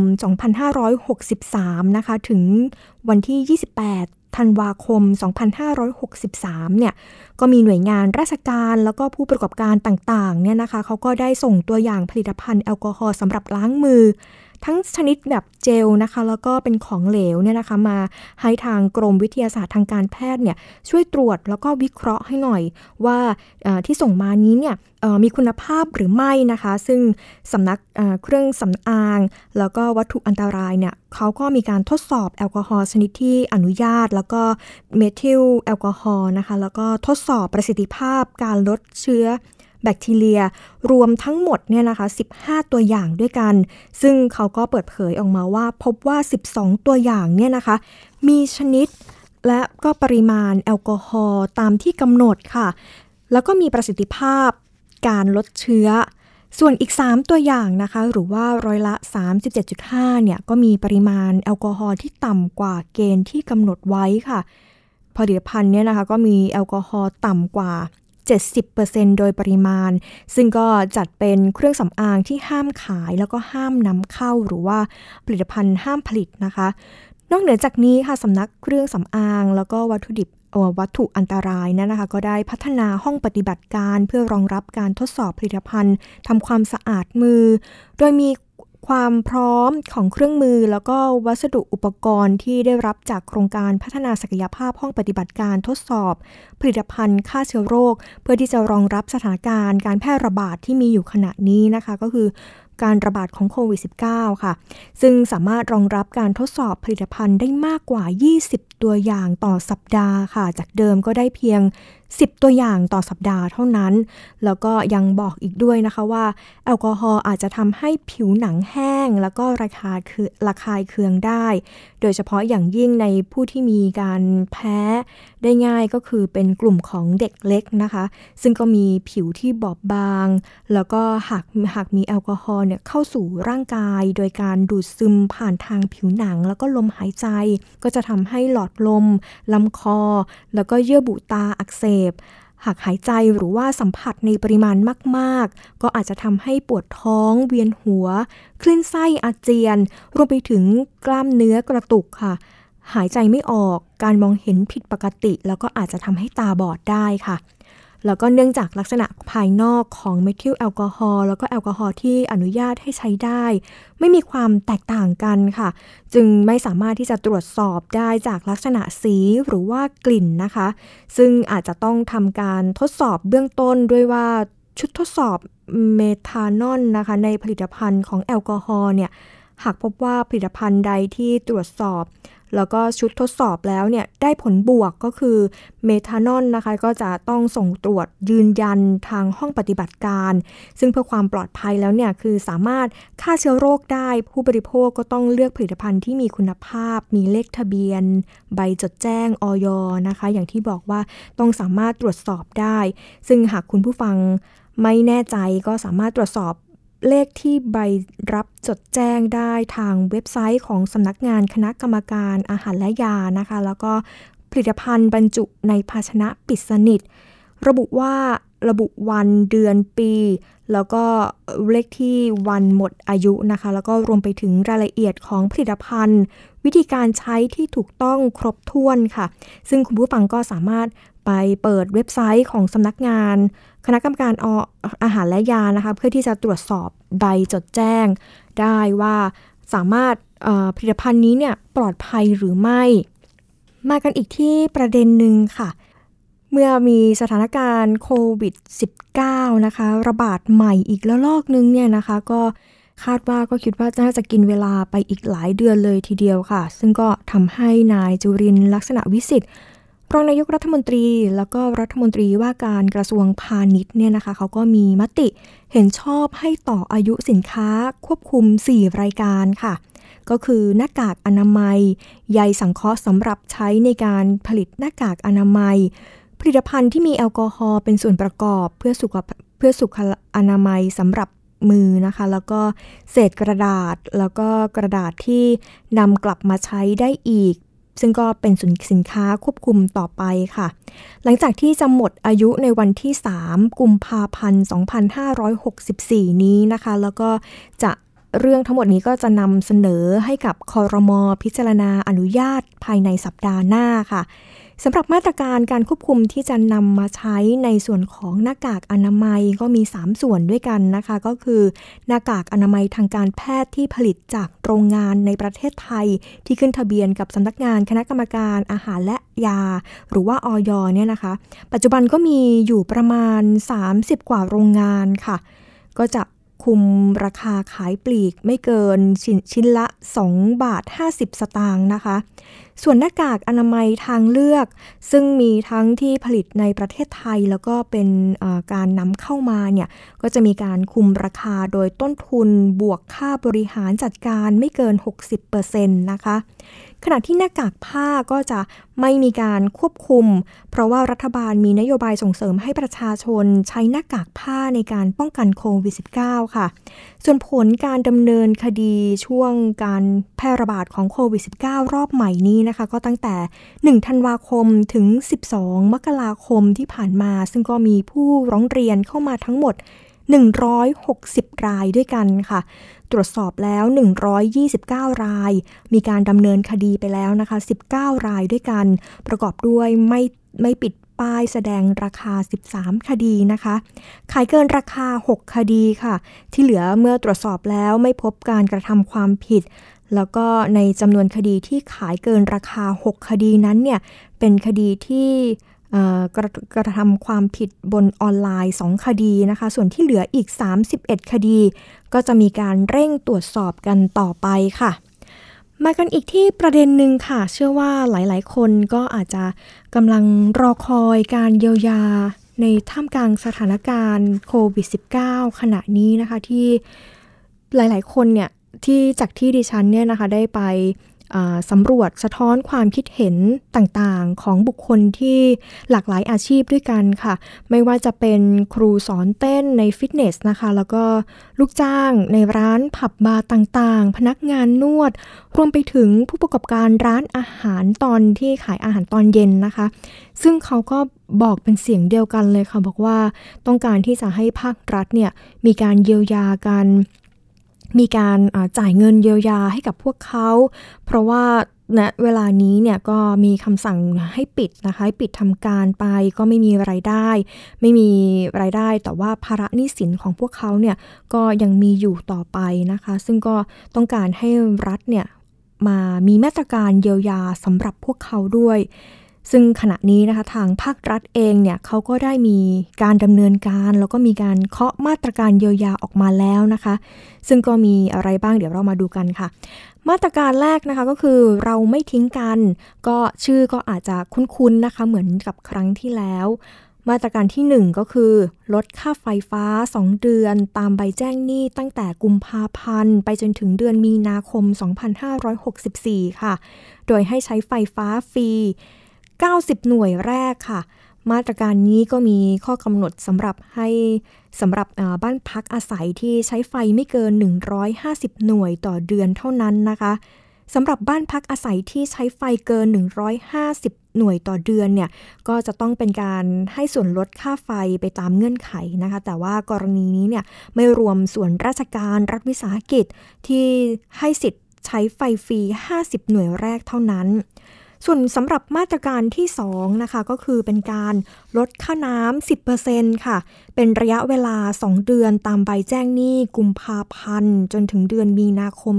2563นะคะถึงวันที่28ธันวาคม2563เนี่ยก็มีหน่วยงานราชการแล้วก็ผู้ประกอบการต่างๆเนี่ยนะคะเขาก็ได้ส่งตัวอย่างผลิตภัณฑ์แอลกอฮอล์สำหรับล้างมือทั้งชนิดแบบเจลนะคะแล้วก็เป็นของเหลวเนี่ยนะคะมาให้ทางกรมวิทยาศาสตร์ทางการแพทย์เนี่ยช่วยตรวจแล้วก็วิเคราะห์ให้หน่อยว่าที่ส่งมานี้เนี่ยมีคุณภาพหรือไม่นะคะซึ่งสำนักเครื่องสำอางแล้วก็วัตถุอันตรายเนี่ยเขาก็มีการทดสอบแอลกอฮอล์ชนิดที่อนุญาตแล้วก็เมทิลแอลกอฮอล์นะคะแล้วก็ทดสอบประสิทธิภาพการลดเชื้อแบคทีเรียรวมทั้งหมดเนี่ยนะคะ15ตัวอย่างด้วยกันซึ่งเขาก็เปิดเผยออกมาว่าพบว่า12ตัวอย่างเนี่ยนะคะมีชนิดและก็ปริมาณแอลกอฮอล์ตามที่กำหนดค่ะแล้วก็มีประสิทธิภาพการลดเชื้อส่วนอีก3ตัวอย่างนะคะหรือว่าร้อยละ 37.5 เนี่ยก็มีปริมาณแอลกอฮอล์ที่ต่ำกว่าเกณฑ์ที่กำหนดไว้ค่ะผลิตภัณฑ์เนี่ยนะคะก็มีแอลกอฮอล์ต่ำกว่า 70% โดยปริมาณซึ่งก็จัดเป็นเครื่องสำอางที่ห้ามขายแล้วก็ห้ามนำเข้าหรือว่าผลิตภัณฑ์ห้ามผลิตนะคะนอกเหนือจากนี้ค่ะสำนักเครื่องสำอางแล้วก็วัตถุอันตรายนะคะก็ได้พัฒนาห้องปฏิบัติการเพื่อรองรับการทดสอบผลิตภัณฑ์ทำความสะอาดมือโดยมีความพร้อมของเครื่องมือแล้วก็วัสดุอุปกรณ์ที่ได้รับจากโครงการพัฒนาศักยภาพห้องปฏิบัติการทดสอบผลิตภัณฑ์ฆ่าเชื้อโรคเพื่อที่จะรองรับสถานการณ์การแพร่ระบาดที่มีอยู่ขณะนี้นะคะก็คือการระบาดของโควิด -19 ค่ะซึ่งสามารถรองรับการทดสอบผลิตภัณฑ์ได้มากกว่า20ตัวอย่างต่อสัปดาห์ค่ะจากเดิมก็ได้เพียง10ตัวอย่างต่อสัปดาห์เท่านั้นแล้วก็ยังบอกอีกด้วยนะคะว่าแอลกอฮอล์อาจจะทำให้ผิวหนังแห้งแล้วก็ระคายเคืองได้โดยเฉพาะอย่างยิ่งในผู้ที่มีการแพ้ได้ง่ายก็คือเป็นกลุ่มของเด็กเล็กนะคะซึ่งก็มีผิวที่บอบบางแล้วก็หากมีแอลกอฮอล์เนี่ยเข้าสู่ร่างกายโดยการดูดซึมผ่านทางผิวหนังแล้วก็ลมหายใจก็จะทำให้หลอดลมลำคอแล้วก็เยื่อบุตาอักเสบหากหายใจหรือว่าสัมผัสในปริมาณมากๆก็อาจจะทำให้ปวดท้องเวียนหัวคลื่นไส้อาเจียนรวมไปถึงกล้ามเนื้อกระตุกค่ะหายใจไม่ออกการมองเห็นผิดปกติแล้วก็อาจจะทำให้ตาบอดได้ค่ะแล้วก็เนื่องจากลักษณะภายนอกของเมทิลแอลกอฮอล์แล้วก็แอลกอฮอล์ที่อนุญาตให้ใช้ได้ไม่มีความแตกต่างกันค่ะจึงไม่สามารถที่จะตรวจสอบได้จากลักษณะสีหรือว่ากลิ่นนะคะซึ่งอาจจะต้องทำการทดสอบเบื้องต้นด้วยว่าชุดทดสอบเมทานอลนะคะในผลิตภัณฑ์ของแอลกอฮอล์เนี่ยหากพบว่าผลิตภัณฑ์ใดที่ตรวจสอบแล้วก็ชุดทดสอบแล้วเนี่ยได้ผลบวกก็คือเมทานอลนะคะก็จะต้องส่งตรวจยืนยันทางห้องปฏิบัติการซึ่งเพื่อความปลอดภัยแล้วเนี่ยคือสามารถฆ่าเชื้อโรคได้ผู้บริโภคก็ต้องเลือกผลิตภัณฑ์ที่มีคุณภาพมีเลขทะเบียนใบจดแจ้งอย.นะคะอย่างที่บอกว่าต้องสามารถตรวจสอบได้ซึ่งหากคุณผู้ฟังไม่แน่ใจก็สามารถตรวจสอบเลขที่ใบรับจดแจ้งได้ทางเว็บไซต์ของสำนักงานคณะกรรมการอาหารและยานะคะแล้วก็ผลิตภัณฑ์บรรจุในภาชนะปิดสนิทระบุวันเดือนปีแล้วก็เลขที่วันหมดอายุนะคะแล้วก็รวมไปถึงรายละเอียดของผลิตภัณฑ์วิธีการใช้ที่ถูกต้องครบถ้วนค่ะซึ่งคุณผู้ฟังก็สามารถไปเปิดเว็บไซต์ของสำนักงานคณะกรรมการอาหารและยานะคะเพื่อที่จะตรวจสอบใบจดแจ้งได้ว่าสามารถผลิตภัณฑ์นี้เนี่ยปลอดภัยหรือไม่มากันอีกที่ประเด็นหนึ่งค่ะเมื่อมีสถานการณ์โควิด -19 นะคะระบาดใหม่อีกแล้วลอกนึงเนี่ยนะคะก็ก็คิดว่าน่าจะกินเวลาไปอีกหลายเดือนเลยทีเดียวค่ะซึ่งก็ทำให้นายจุรินทร์ลักษณะวิสิทธิ์รองนายกรัฐมนตรีแล้วก็รัฐมนตรีว่าการกระทรวงพาณิชย์เนี่ยนะคะเขาก็มีมติเห็นชอบให้ต่ออายุสินค้าควบคุม4รายการค่ะก็คือหน้ากากอนามัยใยสังเคราะห์สำหรับใช้ในการผลิตหน้ากากอนามัยผลิตภัณฑ์ที่มีแอลกอฮอล์เป็นส่วนประกอบเพื่อสุขอนามัยสำหรับมือนะคะแล้วก็เศษกระดาษแล้วก็กระดาษที่นำกลับมาใช้ได้อีกซึ่งก็เป็นสินค้าควบคุมต่อไปค่ะหลังจากที่จะหมดอายุในวันที่3กุมภาพันธ์2564นี้นะคะแล้วก็เรื่องทั้งหมดนี้ก็จะนำเสนอให้กับครม.พิจารณาอนุญาตภายในสัปดาห์หน้าค่ะสำหรับมาตรการการควบคุมที่จะนำมาใช้ในส่วนของหน้ากากอนามัยก็มี3ส่วนด้วยกันนะคะก็คือหน้ากากอนามัยทางการแพทย์ที่ผลิตจากโรงงานในประเทศไทยที่ขึ้นทะเบียนกับสำนักงานคณะกรรมการอาหารและยาหรือว่าอย.เนี่ยนะคะปัจจุบันก็มีอยู่ประมาณ30กว่าโรงงานค่ะก็จะคุมราคาขายปลีกไม่เกินชิ้นละ2.50 บาทนะคะส่วนหน้ากากอนามัยทางเลือกซึ่งมีทั้งที่ผลิตในประเทศไทยแล้วก็เป็นการนำเข้ามาเนี่ยก็จะมีการคุมราคาโดยต้นทุนบวกค่าบริหารจัดการไม่เกิน 60% นะคะขณะที่หน้ากากผ้าก็จะไม่มีการควบคุมเพราะว่ารัฐบาลมีนโยบายส่งเสริมให้ประชาชนใช้หน้ากากผ้าในการป้องกันโควิด -19 ค่ะส่วนผลการดำเนินคดีช่วงการแพร่ระบาดของโควิด -19 รอบใหม่นี้นะคะก็ตั้งแต่1ธันวาคมถึง12มกราคมที่ผ่านมาซึ่งก็มีผู้ร้องเรียนเข้ามาทั้งหมด160 รายด้วยกันค่ะตรวจสอบแล้ว129 รายมีการดำเนินคดีไปแล้วนะคะ19 รายด้วยกันประกอบด้วยไม่ปิดป้ายแสดงราคา13 คดีนะคะขายเกินราคา6 คดีค่ะที่เหลือเมื่อตรวจสอบแล้วไม่พบการกระทำความผิดแล้วก็ในจำนวนคดีที่ขายเกินราคา6 คดีนั้นเนี่ยเป็นคดีที่กระทำความผิดบนออนไลน์2 คดีนะคะส่วนที่เหลืออีก31 คดีก็จะมีการเร่งตรวจสอบกันต่อไปค่ะมากันอีกที่ประเด็นหนึ่งค่ะเชื่อว่าหลายๆคนก็อาจจะกำลังรอคอยการเยียวยาในท่ามกลางสถานการณ์โควิด -19 ขณะนี้นะคะที่หลายๆคนเนี่ยที่จากที่ดิฉันเนี่ยนะคะได้ไปสำรวจสะท้อนความคิดเห็นต่างๆของบุคคลที่หลากหลายอาชีพด้วยกันค่ะไม่ว่าจะเป็นครูสอนเต้นในฟิตเนสนะคะแล้วก็ลูกจ้างในร้านผับบาร์ต่างๆพนักงานนวดรวมไปถึงผู้ประกอบการร้านอาหารตอนที่ขายอาหารตอนเย็นนะคะซึ่งเขาก็บอกเป็นเสียงเดียวกันเลยค่ะบอกว่าต้องการที่จะให้ภาครัฐเนี่ยมีการเยียวยากันมีการจ่ายเงินเยียวยาให้กับพวกเขาเพราะว่าณเวลานี้เนี่ยก็มีคำสั่งให้ปิดนะคะให้ปิดทำการไปก็ไม่มีรายได้แต่ว่าภาระหนี้สินของพวกเขาเนี่ยก็ยังมีอยู่ต่อไปนะคะซึ่งก็ต้องการให้รัฐเนี่ยมามีมาตรการเยียวยาสำหรับพวกเขาด้วยซึ่งขณะนี้นะคะทางภาครัฐเองเนี่ยเขาก็ได้มีการดำเนินการแล้วก็มีการเคาะมาตรการเยียวยาออกมาแล้วนะคะซึ่งก็มีอะไรบ้างเดี๋ยวเรามาดูกันค่ะมาตรการแรกนะคะก็คือเราไม่ทิ้งกันก็ชื่อก็อาจจะคุ้นๆนะคะเหมือนกับครั้งที่แล้วมาตรการที่1ก็คือลดค่าไฟฟ้า2 เดือนตามใบแจ้งหนี้ตั้งแต่กุมภาพันธ์ไปจนถึงเดือนมีนาคม2564ค่ะโดยให้ใช้ไฟฟ้าฟรี90 หน่วยแรกค่ะมาตรการนี้ก็มีข้อกำหนดสำหรับบ้านพักอาศัยที่ใช้ไฟไม่เกิน150 หน่วยต่อเดือนเท่านั้นนะคะสำหรับบ้านพักอาศัยที่ใช้ไฟเกิน150 หน่วยต่อเดือนเนี่ยก็จะต้องเป็นการให้ส่วนลดค่าไฟไปตามเงื่อนไขนะคะแต่ว่ากรณีนี้เนี่ยไม่รวมส่วนราชการรัฐวิสาหกิจที่ให้สิทธิ์ใช้ไฟฟรี50 หน่วยแรกเท่านั้นส่วนสำหรับมาตรการที่2นะคะก็คือเป็นการลดค่าน้ำ 10% ค่ะเป็นระยะเวลา2 เดือนตามใบแจ้งหนี้กุมภาพันธ์จนถึงเดือนมีนาคม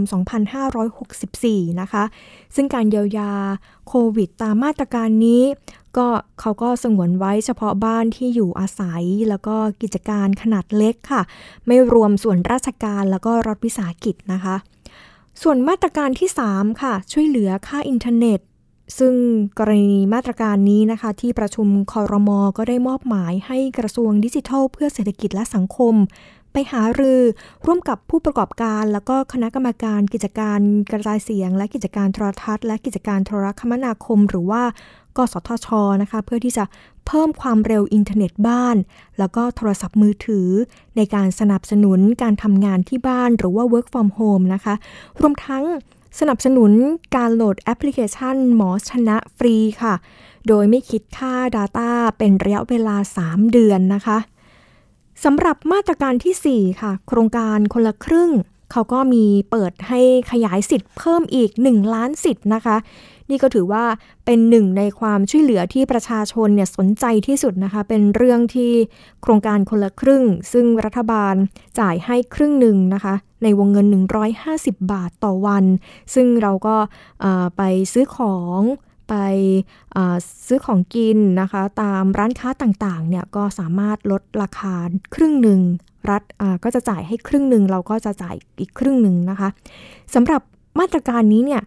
2564นะคะซึ่งการเยียวยาโควิดตามมาตรการนี้ก็เขาก็สงวนไว้เฉพาะบ้านที่อยู่อาศัยแล้วก็กิจการขนาดเล็กค่ะไม่รวมส่วนราชการแล้วก็รัฐวิสาหกิจนะคะส่วนมาตรการที่3ค่ะช่วยเหลือค่าอินเทอร์เน็ตซึ่งกรณีมาตรการนี้นะคะที่ประชุมครม.ก็ได้มอบหมายให้กระทรวงดิจิทัลเพื่อเศรษฐกิจและสังคมไปหารือร่วมกับผู้ประกอบการแล้วก็คณะกรรมการกิจการกระจายเสียงและกิจการโทรทัศน์และกิจการโทรคมนาคมหรือว่ากสทช.นะคะเพื่อที่จะเพิ่มความเร็วอินเทอร์เน็ตบ้านแล้วก็โทรศัพท์มือถือในการสนับสนุนการทำงานที่บ้านหรือว่า work from home นะคะรวมทั้งสนับสนุนการโหลดแอปพลิเคชันหมอชนะฟรีค่ะโดยไม่คิดค่า Data เป็นระยะเวลา3 เดือนนะคะสำหรับมาตรการที่4ค่ะโครงการคนละครึ่งเขาก็มีเปิดให้ขยายสิทธิ์เพิ่มอีก1 ล้านสิทธิ์นะคะนี่ก็ถือว่าเป็นหนึ่งในความช่วยเหลือที่ประชาชนเนี่ยสนใจที่สุดนะคะเป็นเรื่องที่โครงการคนละครึ่งซึ่งรัฐบาลจ่ายให้ครึ่งหนึ่งนะคะในวงเงิน150 บาทต่อวันซึ่งเราก็ไปซื้อของไปซื้อของกินนะคะตามร้านค้าต่างๆเนี่ยก็สามารถลดราคาครึ่งหนึ่งรัฐก็จะจ่ายให้ครึ่งหนึ่งเราก็จะจ่ายอีกครึ่งหนึ่งนะคะสำหรับมาตรการนี้เนี่ย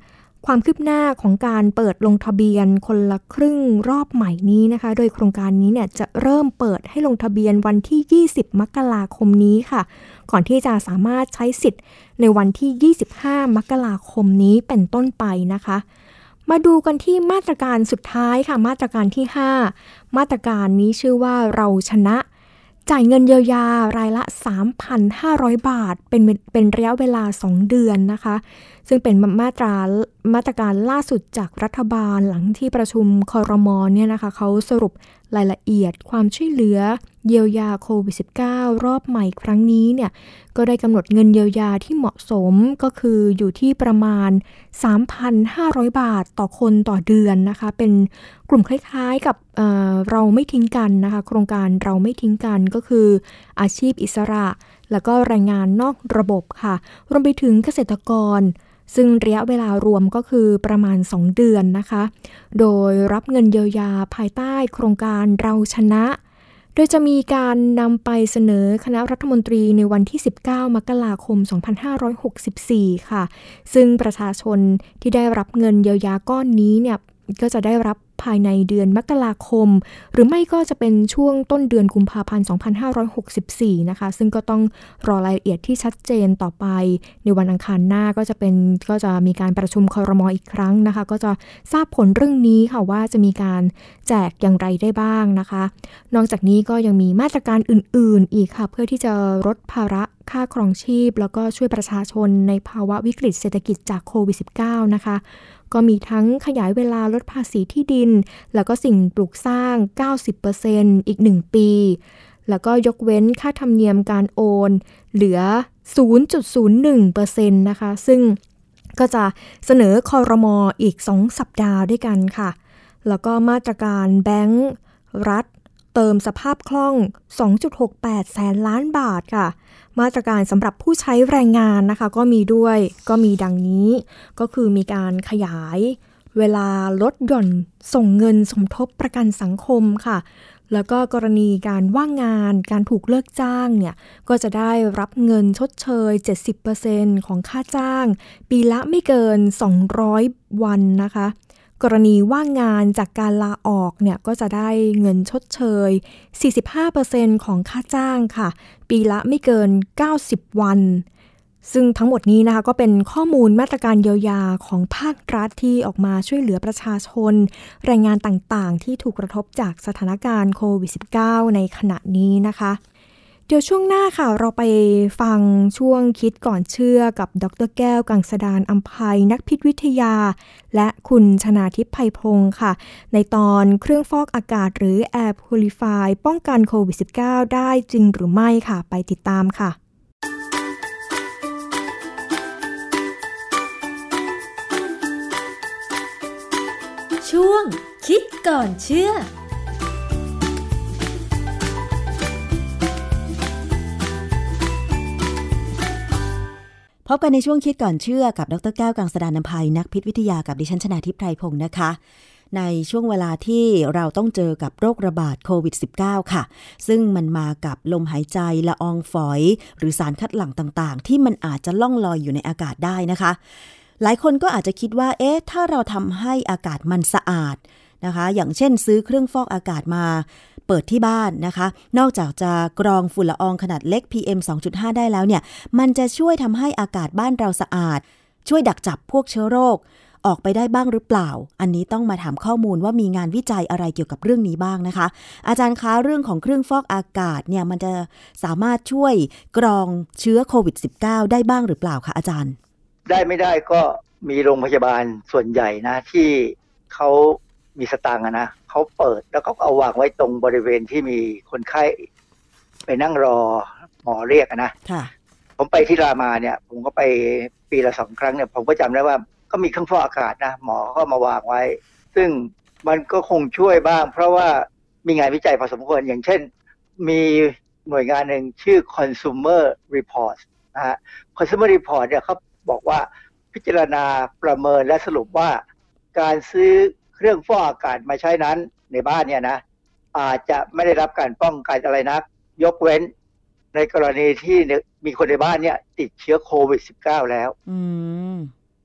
ความคืบหน้าของการเปิดลงทะเบียนคนละครึ่งรอบใหม่นี้นะคะโดยโครงการนี้เนี่ยจะเริ่มเปิดให้ลงทะเบียนวันที่20มกราคมนี้ค่ะก่อนที่จะสามารถใช้สิทธิ์ในวันที่25มกราคมนี้เป็นต้นไปนะคะมาดูกันที่มาตรการสุดท้ายค่ะมาตรการที่5มาตรการนี้ชื่อว่าเราชนะจ่ายเงินเยียวยารายละ 3,500 บาทเป็นระยะเวลา2เดือนนะคะซึ่งเป็นมาตรการล่าสุดจากรัฐบาลหลังที่ประชุมครม.เนี่ยนะคะเขาสรุปรายละเอียดความช่วยเหลือเยียวยาโควิด -19 รอบใหม่ครั้งนี้เนี่ยก็ได้กำหนดเงินเยียวยาที่เหมาะสมก็คืออยู่ที่ประมาณ 3,500 บาทต่อคนต่อเดือนนะคะเป็นกลุ่มคล้ายๆกับเราไม่ทิ้งกันนะคะโครงการเราไม่ทิ้งกันก็คืออาชีพอิสระแล้วก็แรงงานนอกระบบค่ะรวมไปถึงเกษตรกรซึ่งระยะเวลารวมก็คือประมาณ2เดือนนะคะโดยรับเงินเยียวยาภายใต้โครงการเราชนะโดยจะมีการนำไปเสนอคณะรัฐมนตรีในวันที่19มกราคม2564ค่ะซึ่งประชาชนที่ได้รับเงินเยียวยาก้อนนี้เนี่ยก็จะได้รับภายในเดือนมกราคมหรือไม่ก็จะเป็นช่วงต้นเดือนกุมภาพันธ์2564นะคะซึ่งก็ต้องรอรายละเอียดที่ชัดเจนต่อไปในวันอังคารหน้าก็จะมีการประชุมครม.อีกครั้งนะคะก็จะทราบผลเรื่องนี้ค่ะว่าจะมีการแจกอย่างไรได้บ้างนะคะนอกจากนี้ก็ยังมีมาตรการอื่นๆอีกค่ะเพื่อที่จะลดภาระค่าครองชีพแล้วก็ช่วยประชาชนในภาวะวิกฤตเศรษฐกิจจากโควิด -19 นะคะก็มีทั้งขยายเวลาลดภาษีที่ดินแล้วก็สิ่งปลูกสร้าง 90% อีก1ปีแล้วก็ยกเว้นค่าธรรมเนียมการโอนเหลือ 0.01% นะคะซึ่งก็จะเสนอครม.อีก2สัปดาห์ด้วยกันค่ะแล้วก็มาตรการแบงก์รัฐเติมสภาพคล่อง 2.68 แสนล้านบาทค่ะมาตรการสำหรับผู้ใช้แรงงานนะคะก็มีดังนี้ก็คือมีการขยายเวลาลดหย่อนส่งเงินสมทบประกันสังคมค่ะแล้วก็กรณีการว่างงานการถูกเลิกจ้างเนี่ยก็จะได้รับเงินชดเชย 70% ของค่าจ้างปีละไม่เกิน200วันนะคะกรณีว่างงานจากการลาออกเนี่ยก็จะได้เงินชดเชย 45% ของค่าจ้างค่ะปีละไม่เกิน90วันซึ่งทั้งหมดนี้นะคะก็เป็นข้อมูลมาตรการเยียวยาของภาครัฐที่ออกมาช่วยเหลือประชาชนแรงงานต่างๆที่ถูกกระทบจากสถานการณ์โควิด -19 ในขณะนี้นะคะเดี๋ยวช่วงหน้าค่ะเราไปฟังช่วงคิดก่อนเชื่อกับดร.แก้วกังสดาลอำไพนักพิษวิทยาและคุณชนาทิพย์ไพพงศ์ค่ะในตอนเครื่องฟอกอากาศหรือ Air Purify ป้องกันโควิด -19 ได้จริงหรือไม่ค่ะไปติดตามค่ะช่วงคิดก่อนเชื่อพบกันในช่วงคิดก่อนเชื่อกับดร.แก้วกังสดาลอำไพนักพิษวิทยากับดิฉันชนาทิพย์ไพพงศ์นะคะในช่วงเวลาที่เราต้องเจอกับโรคระบาดโควิด -19 ค่ะซึ่งมันมากับลมหายใจละอองฝอยหรือสารคัดหลั่งต่างๆที่มันอาจจะล่องลอยอยู่ในอากาศได้นะคะหลายคนก็อาจจะคิดว่าถ้าเราทำให้อากาศมันสะอาดนะคะอย่างเช่นซื้อเครื่องฟอกอากาศมาเปิดที่บ้านนะคะนอกจากจะกรองฝุ่นละอองขนาดเล็ก PM 2.5 ได้แล้วเนี่ยมันจะช่วยทำให้อากาศบ้านเราสะอาดช่วยดักจับพวกเชื้อโรคออกไปได้บ้างหรือเปล่าอันนี้ต้องมาถามข้อมูลว่ามีงานวิจัยอะไรเกี่ยวกับเรื่องนี้บ้างนะคะอาจารย์คะเรื่องของเครื่องฟอกอากาศเนี่ยมันจะสามารถช่วยกรองเชื้อโควิด -19 ได้บ้างหรือเปล่าคะอาจารย์ได้ไม่ได้ก็มีโรงพยาบาลส่วนใหญ่นะที่เขามีสตางค์นะเขาเปิดแล้วก็เอาวางไว้ตรงบริเวณที่มีคนไข้ไปนั่งรอหมอเรียกนะผมไปที่รามาเนี่ยผมก็ไปปีละ2 ครั้งเนี่ยผมก็จำได้ว่าก็มีเครื่องฟอกอากาศนะหมอก็มาวางไว้ซึ่งมันก็คงช่วยบ้างเพราะว่ามีงานวิจัยพอสมควรอย่างเช่นมีหน่วยงานหนึ่งชื่อ Consumer Report นะฮะ Consumer Report เนี่ยเขาบอกว่าพิจารณาประเมินและสรุปว่าการซื้อเครื่องฟอกอากาศมาใช้นั้นในบ้านเนี่ยนะอาจจะไม่ได้รับการป้องกันอะไรนักยกเว้นในกรณีที่มีคนในบ้านเนี่ยติดเชื้อโควิด -19 แล้ว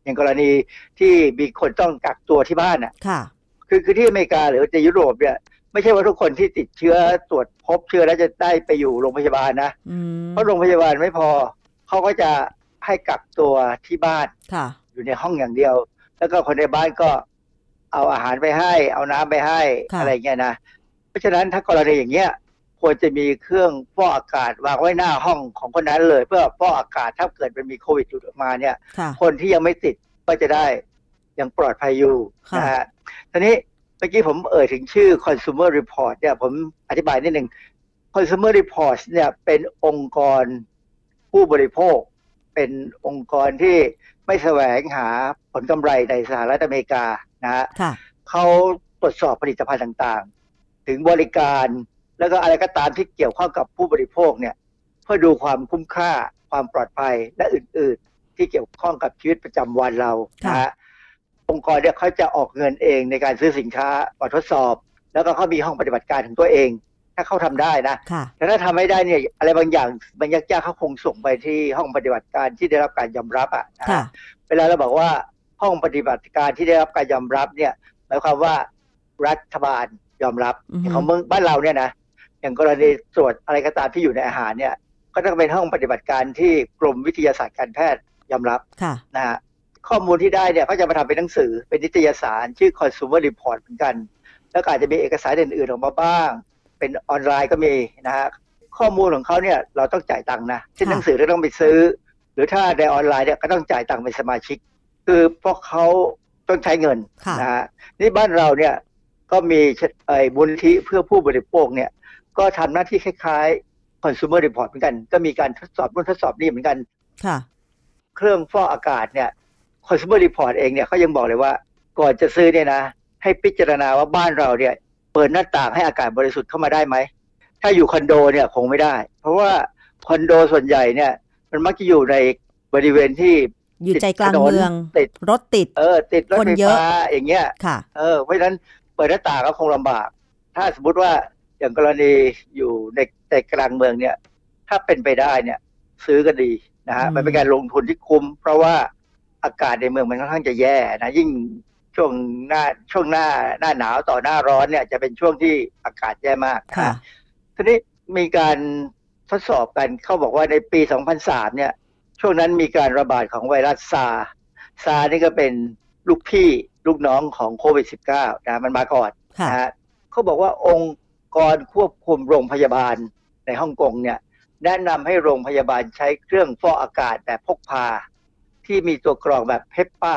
อย่างกรณีที่มีคนต้องกักตัวที่บ้านอ่ะคือที่อเมริกาหรือในยุโรปเนี่ยไม่ใช่ว่าทุกคนที่ติดเชื้อตรวจพบเชื้อแล้วจะได้ไปอยู่โรงพยาบาลนะเพราะโรงพยาบาลไม่พอเขาก็จะให้กักตัวที่บ้านอยู่ในห้องอย่างเดียวแล้วก็คนในบ้านก็เอาอาหารไปให้เอาน้ำไปให้อะไรเงี้ยนะเพราะฉะนั้นถ้ากรณีอย่างเงี้ยควรจะมีเครื่องฟอกอากาศวางไว้หน้าห้องของคนนั้นเลยเพื่อฟอกอากาศถ้าเกิดมันมีโควิดหลุดออกมาเนี่ยคนที่ยังไม่ติดก็จะได้ยังปลอดภัยอยู่นะฮะทีนี้เมื่อกี้ผมถึงชื่อ Consumer Report เนี่ยผมอธิบายนิดนึง Consumer Report เนี่ยเป็นองค์กรผู้บริโภคเป็นองค์กรที่ไม่แสวงหาผลกำไรในสหรัฐอเมริกานะฮะเขาตรวจสอบผลิตภัณฑ์ต่างๆถึงบริการแล้วก็อะไรก็ตามที่เกี่ยวข้องกับผู้บริโภคเนี่ยเพื่อดูความคุ้มค่าความปลอดภัยและอื่นๆที่เกี่ยวข้องกับชีวิตประจำวันเรานะฮะองค์กรเนี่ยเขาจะออกเงินเองในการซื้อสินค้าก่อนทดสอบแล้วก็เขามีห้องปฏิบัติการของตัวเองถ้าเขาทำได้นะแต่ถ้าทำไม่ได้เนี่ยอะไรบางอย่างมันยากๆเขาคงส่งไปที่ห้องปฏิบัติการที่ได้รับการยอมรับนะเวลาเราบอกว่าห้องปฏิบัติการที่ได้รับการยอมรับเนี่ยหมายความว่ารัฐบาลยอมรับของบ้านเราเนี่ยนะอย่างกรณีตรวจอะไรก็ตามที่อยู่ในอาหารเนี่ยก็ต้องเป็นห้องปฏิบัติการที่กรมวิทยาศาสตร์การแพทย์ยอมรับนะฮะข้อมูลที่ได้เนี่ยเขาจะมาทำเป็นหนังสือเป็นนิตยสารชื่อ Consumer Report เหมือนกันแล้วอาจจะมีเอกสารอื่นๆออกมาบ้างเป็นออนไลน์ก็มีนะฮะข้อมูลของเขาเนี่ยเราต้องจ่ายตังค์นะเช่นหนังสือเราต้องไปซื้อหรือถ้าในออนไลน์เนี่ยก็ต้องจ่ายตังค์เป็นสมาชิกคือเพราะเขาต้องใช้เงินนะฮะนี่บ้านเราเนี่ยก็มีมูลนิธิเพื่อผู้บริโภคเนี่ยก็ทำหน้าที่คล้ายๆ Consumer Report เหมือนกันก็มีการทดสอบนู่นทดสอบนี่เหมือนกันเครื่องฟอกอากาศเนี่ย Consumer Report เองเนี่ยเขายังบอกเลยว่าก่อนจะซื้อเนี่ยนะให้พิจารณาว่าบ้านเราเนี่ยเปิดหน้าต่างให้อากาศบริสุทธิ์เข้ามาได้ไหมถ้าอยู่คอนโดเนี่ยคงไม่ได้เพราะว่าคอนโดส่วนใหญ่เนี่ยมันมักจะอยู่ในบริเวณที่อยู่ใจกลางเมืองติดรถติดติดรถไฟฟ้าอย่างเงี้ยเพราะฉะนั้นเปิดหน้าต่างก็คงลำบากถ้าสมมติว่าอย่างกรณีอยู่ในใจกลางเมืองเนี่ยถ้าเป็นไปได้เนี่ยซื้อก็ดีนะฮะมันเป็นการลงทุนที่คุ้มเพราะว่าอากาศในเมืองมันค่อนข้างจะแย่นะยิ่งช่วงหน้าหนาวต่อหน้าร้อนเนี่ยจะเป็นช่วงที่อากาศแย่มากทีนี้มีการทดสอบกันเขาบอกว่าในปี 2003 เนี่ยช่วงนั้นมีการระบาดของไวรัสซาร์นี่ก็เป็นลูกพี่ลูกน้องของโควิด -19 นะมันมาก่อนนะฮะเขาบอกว่าองค์กรควบคุมโรงพยาบาลในฮ่องกงเนี่ยแนะนำให้โรงพยาบาลใช้เครื่องฟอกอากาศแบบพกพาที่มีตัวกรองแบบ HEPA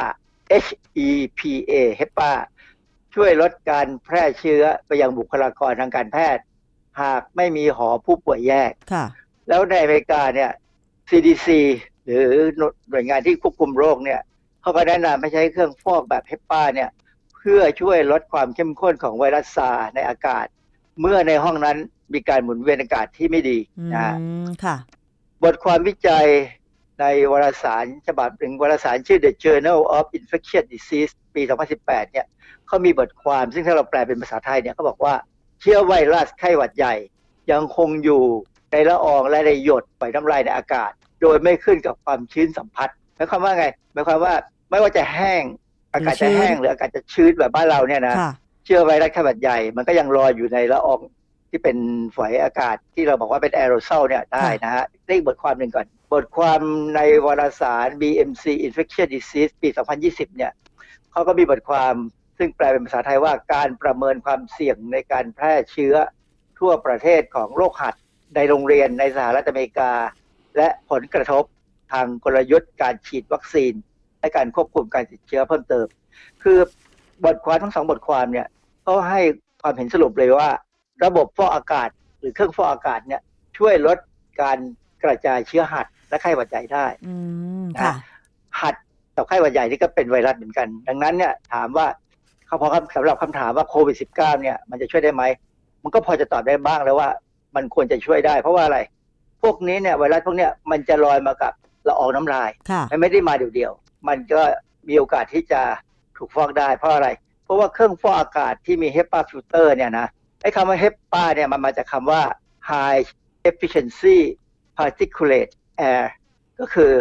HEPA ช่วยลดการแพร่เชื้อไปยังบุคลากรทางการแพทย์หากไม่มีหอผู้ป่วยแยกแล้วในอเมริกาเนี่ย CDC หรือหน่วยงานที่ควบคุมโรคเนี่ยเขาก็แนะนำให้ใช้เครื่องฟอกแบบ HEPA เนี่ยเพื่อช่วยลดความเข้มข้นของไวรัสซาร์ในอากาศเมื่อในห้องนั้นมีการหมุนเวียนอากาศที่ไม่ดีนะบทความวิจัยในวารสารฉบับหนึ่งวารสารชื่อ The Journal of Infectious Disease ปี 2018 เนี่ยเขามีบทความซึ่งถ้าเราแปลเป็นภาษาไทยเนี่ยเขาบอกว่าเชื้อไวรัสไข้หวัดใหญ่ยังคงอยู่ในละอองและในหยดปล่อยน้ำลายในอากาศโดยไม่ขึ้นกับความชื้นสัมผัสหมายความว่าไงหมายความว่าไม่ว่าจะแห้งอากาศจะแห้งหรืออากาศจะชื้นแบบบ้านเราเนี่ยนะเชื้อไวรัสไข้หวัดใหญ่มันก็ยังลอยอยู่ในละอองที่เป็นฝอยอากาศที่เราบอกว่าเป็นแอโรโซลเนี่ยได้นะฮะเรียกบทความหนึ่งก่อนบทความในวารสาร BMC Infectious Disease ปี 2020 เนี่ยเขาก็มีบทความซึ่งแปลเป็นภาษาไทยว่าการประเมินความเสี่ยงในการแพร่เชื้อทั่วประเทศของโรคหัดในโรงเรียนในสหรัฐอเมริกาและผลกระทบทางกลยุทธ์การฉีดวัคซีนและการควบคุมการติดเชื้อเพิ่มเติมคือบทความทั้งสองบทความเนี่ยเขาให้ความเห็นสรุปเลยว่าระบบฟอกอากาศหรือเครื่องฟอกอากาศเนี่ยช่วยลดการกระจายเชื้อหัดและไข้หวัดใหญ่ได้หัดกับไข้หวัดใหญ่นี่ก็เป็นไวรัสเหมือนกันดังนั้นเนี่ยถามว่าเขาพอสำหรับคำถามว่าโควิด -19 เนี่ยมันจะช่วยได้ไหมมันก็พอจะตอบได้บ้างแล้วว่ามันควรจะช่วยได้เพราะว่าอะไรพวกนี้เนี่ยไวรัสพวกเนี้ยมันจะลอยมากับละอองน้ำลายมันไม่ได้มาเดี่ยวๆมันก็มีโอกาสที่จะถูกฟอกได้เพราะอะไรเพราะว่าเครื่องฟอกอากาศที่มี HEPA filter เนี่ยนะไอ้คำว่า HEPA เนี่ยมันมาจากคำว่า High Efficiency Particulate Air ก็คือ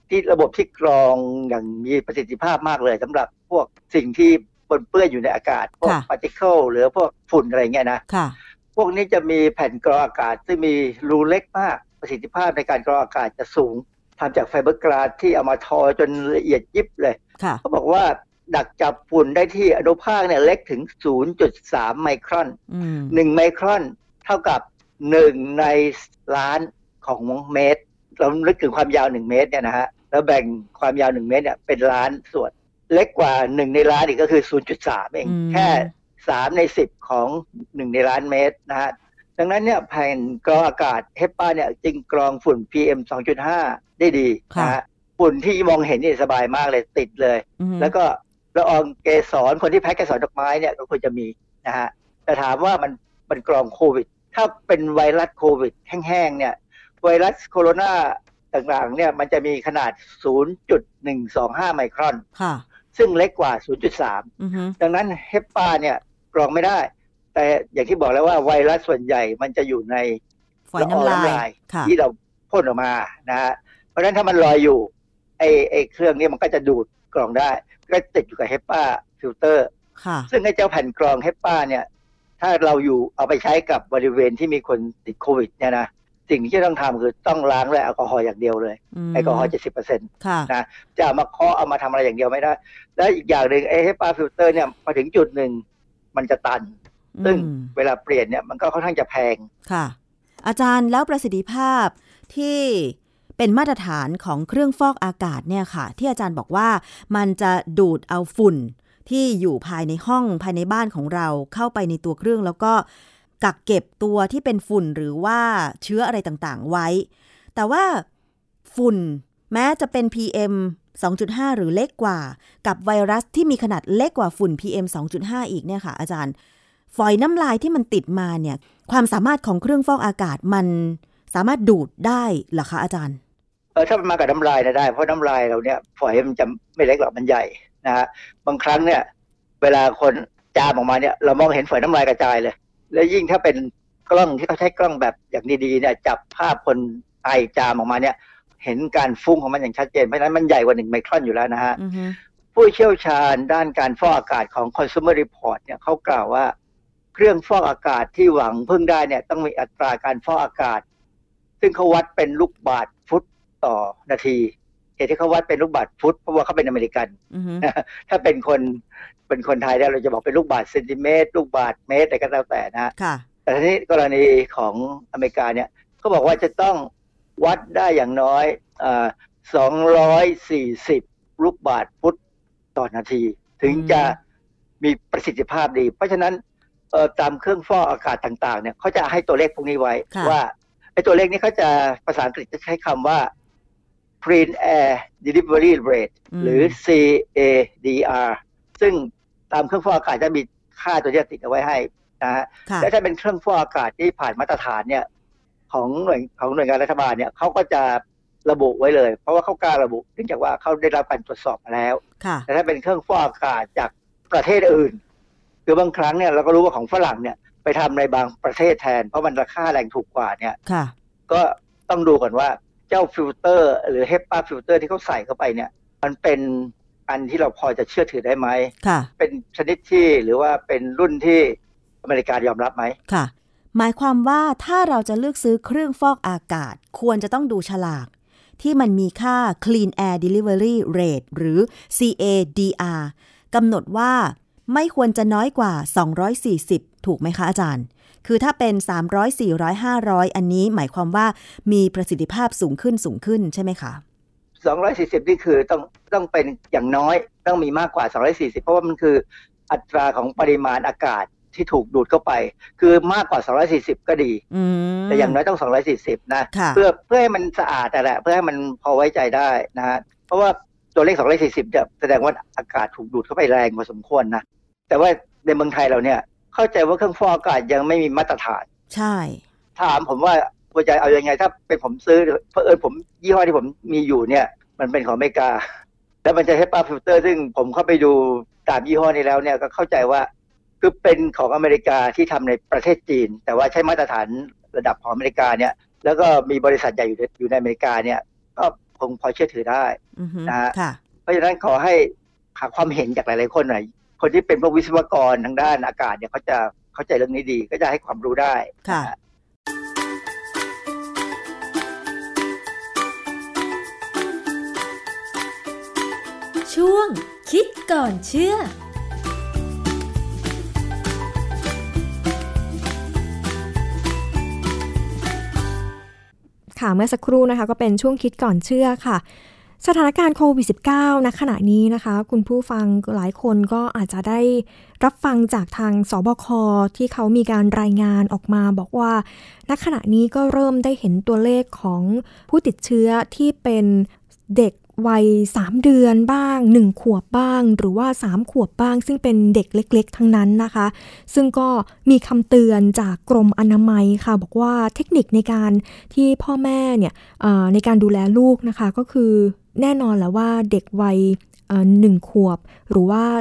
ที่ระบบที่กรองอย่างมีประสิทธิภาพมากเลยสำหรับพวกสิ่งที่ปนเปื้อนอยู่ในอากาศพวกพาร์ติเคิลหรือพวกฝุ่นอะไรเงี้ยนะพวกนี้จะมีแผ่นกรองอากาศซึ่งมีรูเล็กมากประสิทธิภาพในการกรองอากาศจะสูงทำจากไฟเบอร์กลาสที่เอามาทอจนละเอียดยิบเลยเขาบอกว่าดักจับฝุ่นได้ที่อนุภาคเนี่ยเล็กถึง 0.3 ไมครอน1ไมครอนเท่ากับ1ในล้านของเมตรเรานึกถึงความยาว1เมตรเนี่ยนะฮะแล้วแบ่งความยาว1เมตรเนี่ยเป็นล้านส่วนเล็กกว่า1ในล้านอีกก็คือ 0.3 เองแค่3ใน10ของ1ในล้านเมตรนะฮะดังนั้นเนี่ยแผ่นกรองอากาศเฮปปาเนี่ยจึงกรองฝุ่น PM 2.5 ได้ดีนะฮะฝุ่นที่มองเห็นนี่สบายมากเลยติดเลยแล้วก็ละอองเกสรคนที่แพ้เกสรดอกไม้เนี่ยก็ควรจะมีนะฮะแต่ถามว่ามันกรองโควิดถ้าเป็นไวรัสโควิดแห้งๆเนี่ยไวรัสโคโรนาต่างๆเนี่ยมันจะมีขนาด 0.125 ไมครอนซึ่งเล็กกว่า 0.3 ดังนั้นเฮปปาเนี่ยกรองไม่ได้แต่อย่างที่บอกแล้วว่าไวรัสส่วนใหญ่มันจะอยู่ในฝอยน้ำลายที่เราพ่นออกมานะฮะเพราะฉะนั้นถ้ามันลอยอยู่ไอ้เครื่องนี้มันก็จะดูดกรองได้ก็ติดอยู่กับเฮปปาฟิลเตอร์ซึ่งไอ้เจ้าแผ่นกรองเฮปปาเนี่ยถ้าเราอยู่เอาไปใช้กับบริเวณที่มีคนติดโควิดเนี่ยนะสิ่งที่ต้องทำคือต้องล้างด้วยแอลกอฮอล์อย่างเดียวเลยแอลกอฮอล์ 70% นะจะมาเคาะเอามาทำอะไรอย่างเดียวไม่ได้และอีกอย่างหนึ่งไอ้เฮปปาฟิลเตอร์เนี่ยพอถึงจุดหนึ่งมันจะตันซึ่งเวลาเปลี่ยนเนี่ยมันก็ค่อนข้างจะแพงค่ะอาจารย์แล้วประสิทธิภาพที่เป็นมาตรฐานของเครื่องฟอกอากาศเนี่ยค่ะที่อาจารย์บอกว่ามันจะดูดเอาฝุ่นที่อยู่ภายในห้องภายในบ้านของเราเข้าไปในตัวเครื่องแล้วก็กักเก็บตัวที่เป็นฝุ่นหรือว่าเชื้ออะไรต่างๆไว้แต่ว่าฝุ่นแม้จะเป็น PM 2.5 หรือเล็กกว่ากับไวรัสที่มีขนาดเล็กกว่าฝุ่น PM 2.5 อีกเนี่ยค่ะอาจารย์ฝอยน้ำลายที่มันติดมาเนี่ยความสามารถของเครื่องฟอกอากาศมันสามารถดูดได้เหรอคะอาจารย์ถ้ามันมากับน้ำลายได้เพราะน้ำลายเราเนี่ยฝอยมันจะไม่เล็กหรอกมันใหญ่นะฮะบางครั้งเนี่ยเวลาคนจามออกมาเนี่ยเรามองเห็นฝอยน้ำลายกระจายเลยแล้วยิ่งถ้าเป็นกล้องที่เขาใช้กล้องแบบอย่างดีๆเนี่ยจับภาพคนไอจามออกมาเนี่ยเห็นการฟุ้งของมันอย่างชัดเจนเพราะฉะนั้นมันใหญ่กว่า1ไมครอนอยู่แล้วนะฮะผู้เชี่ยวชาญด้านการฟอกอากาศของ Consumer Report เนี่ยเขากล่าวว่าเครื่องฟอกอากาศที่หวังพึ่งได้เนี่ยต้องมีอัตราการฟอกอากาศซึ่งเขาวัดเป็นลูกบาศก์ฟุตต่อนาทีเหตุที่เขาวัดเป็นลูกบาศก์ฟุตเพราะว่าเขาเป็นอเมริกันถ้าเป็นคนไทยเนี่ยเราจะบอกเป็นลูกบาศก์เซนติเมตรลูกบาศก์เมตรอะไรก็แล้วแต่นะแต่ทีนี้กรณีของอเมริกาเนี่ยเขาบอกว่าจะต้องวัดได้อย่างน้อย240ลูกบาศก์ฟุตต่อนาทีถึงจะมีประสิทธิภาพดีเพราะฉะนั้นตามเครื่องฟอกอากาศต่างๆเนี่ยเขาจะให้ตัวเลขพวกนี้ไว้ว่าไอ้ตัวเลขนี้เขาจะภาษาอังกฤษจะใช้คำว่า Clean Air Delivery Rate หรือ CADR ซึ่งตามเครื่องฟอกอากาศจะมีค่าตัวนี้ติดเอาไว้ให้นะฮะและถ้าเป็นเครื่องฟอกอากาศที่ผ่านมาตรฐานเนี่ยของหน่วยงานรัฐบาลเนี่ยเขาก็จะระบุไว้เลยเพราะว่าเขากล้าระบุเนื่องจากว่าเขาได้รับการตรวจสอบมาแล้วแต่ถ้าเป็นเครื่องฟอกอากาศจากประเทศอื่นคือบางครั้งเนี่ยเราก็รู้ว่าของฝรั่งเนี่ยไปทำในบางประเทศแทนเพราะมันราคาแรงถูกกว่าเนี่ยก็ต้องดูก่อนว่าเจ้าฟิลเตอร์หรือเฮปปาฟิลเตอร์ที่เขาใส่เข้าไปเนี่ยมันเป็นอันที่เราพอจะเชื่อถือได้ไหมเป็นชนิดที่หรือว่าเป็นรุ่นที่อเมริกายอมรับไหมค่ะหมายความว่าถ้าเราจะเลือกซื้อเครื่องฟอกอากาศควรจะต้องดูฉลากที่มันมีค่า Clean Air Delivery Rate หรือ CADR กำหนดว่าไม่ควรจะน้อยกว่า240ถูกไหมคะอาจารย์คือถ้าเป็น300 400 500อันนี้หมายความว่ามีประสิทธิภาพสูงขึ้นใช่ไหมคะ 240นี่คือต้องเป็นอย่างน้อยต้องมีมากกว่า240เพราะว่ามันคืออัตราของปริมาณอากาศที่ถูกดูดเข้าไปคือมากกว่า240ก็ดีแต่อย่างน้อยต้อง240นะเพื่อให้มันสะอาดแต่แหละเพื่อให้มันพอไว้ใจได้นะฮะเพราะว่าตัวเลข240จะแสดงว่าอากาศถูกดูดเข้าไปแรงพอสมควรนะแต่ว่าในเมืองไทยเราเนี่ยเข้าใจว่าเครื่องฟอกอากาศยังไม่มีมาตรฐานใช่ถามผมว่าควรจะเอายังไงถ้าเป็นผมซื้อเผอิญผมยี่ห้อที่ผมมีอยู่เนี่ยมันเป็นของอเมริกาแล้วมันจะเฮปปาฟิลเตอร์ซึ่งผมเข้าไปดูตามยี่ห้อนี้แล้วเนี่ยก็เข้าใจว่าคือเป็นของอเมริกาที่ทำในประเทศจีนแต่ว่าใช้มาตรฐานระดับของอเมริกาเนี่ยแล้วก็มีบริษัทใหญ่อยู่ในอเมริกาเนี่ยก็คงพอเชื่อถือได้นะฮะเพราะฉะนั้นขอให้หาความเห็นจากหลายๆคนหน่อยคนที่เป็นพวกวิศวกรทางด้านอากาศเนี่ยเขาจะเข้าใจเรื่องนี้ดีก็จะให้ความรู้ได้ค่ะช่วงคิดก่อนเชื่อค่ะเมื่อสักครู่นะคะก็เป็นช่วงคิดก่อนเชื่อค่ะสถานการณ์โควิด -19 ณขณะนี้นะคะคุณผู้ฟังหลายคนก็อาจจะได้รับฟังจากทางสบคที่เขามีการรายงานออกมาบอกว่าณขณะนี้ก็เริ่มได้เห็นตัวเลขของผู้ติดเชื้อที่เป็นเด็กวัย3เดือนบ้าง1ขวบบ้างหรือว่า3ขวบบ้างซึ่งเป็นเด็กเล็กๆทั้งนั้นนะคะซึ่งก็มีคำเตือนจากกรมอนามัยค่ะบอกว่าเทคนิคในการที่พ่อแม่เนี่ยในการดูแลลูกนะคะก็คือแน่นอนแหละว่าเด็กวัย1ขวบหรือว่า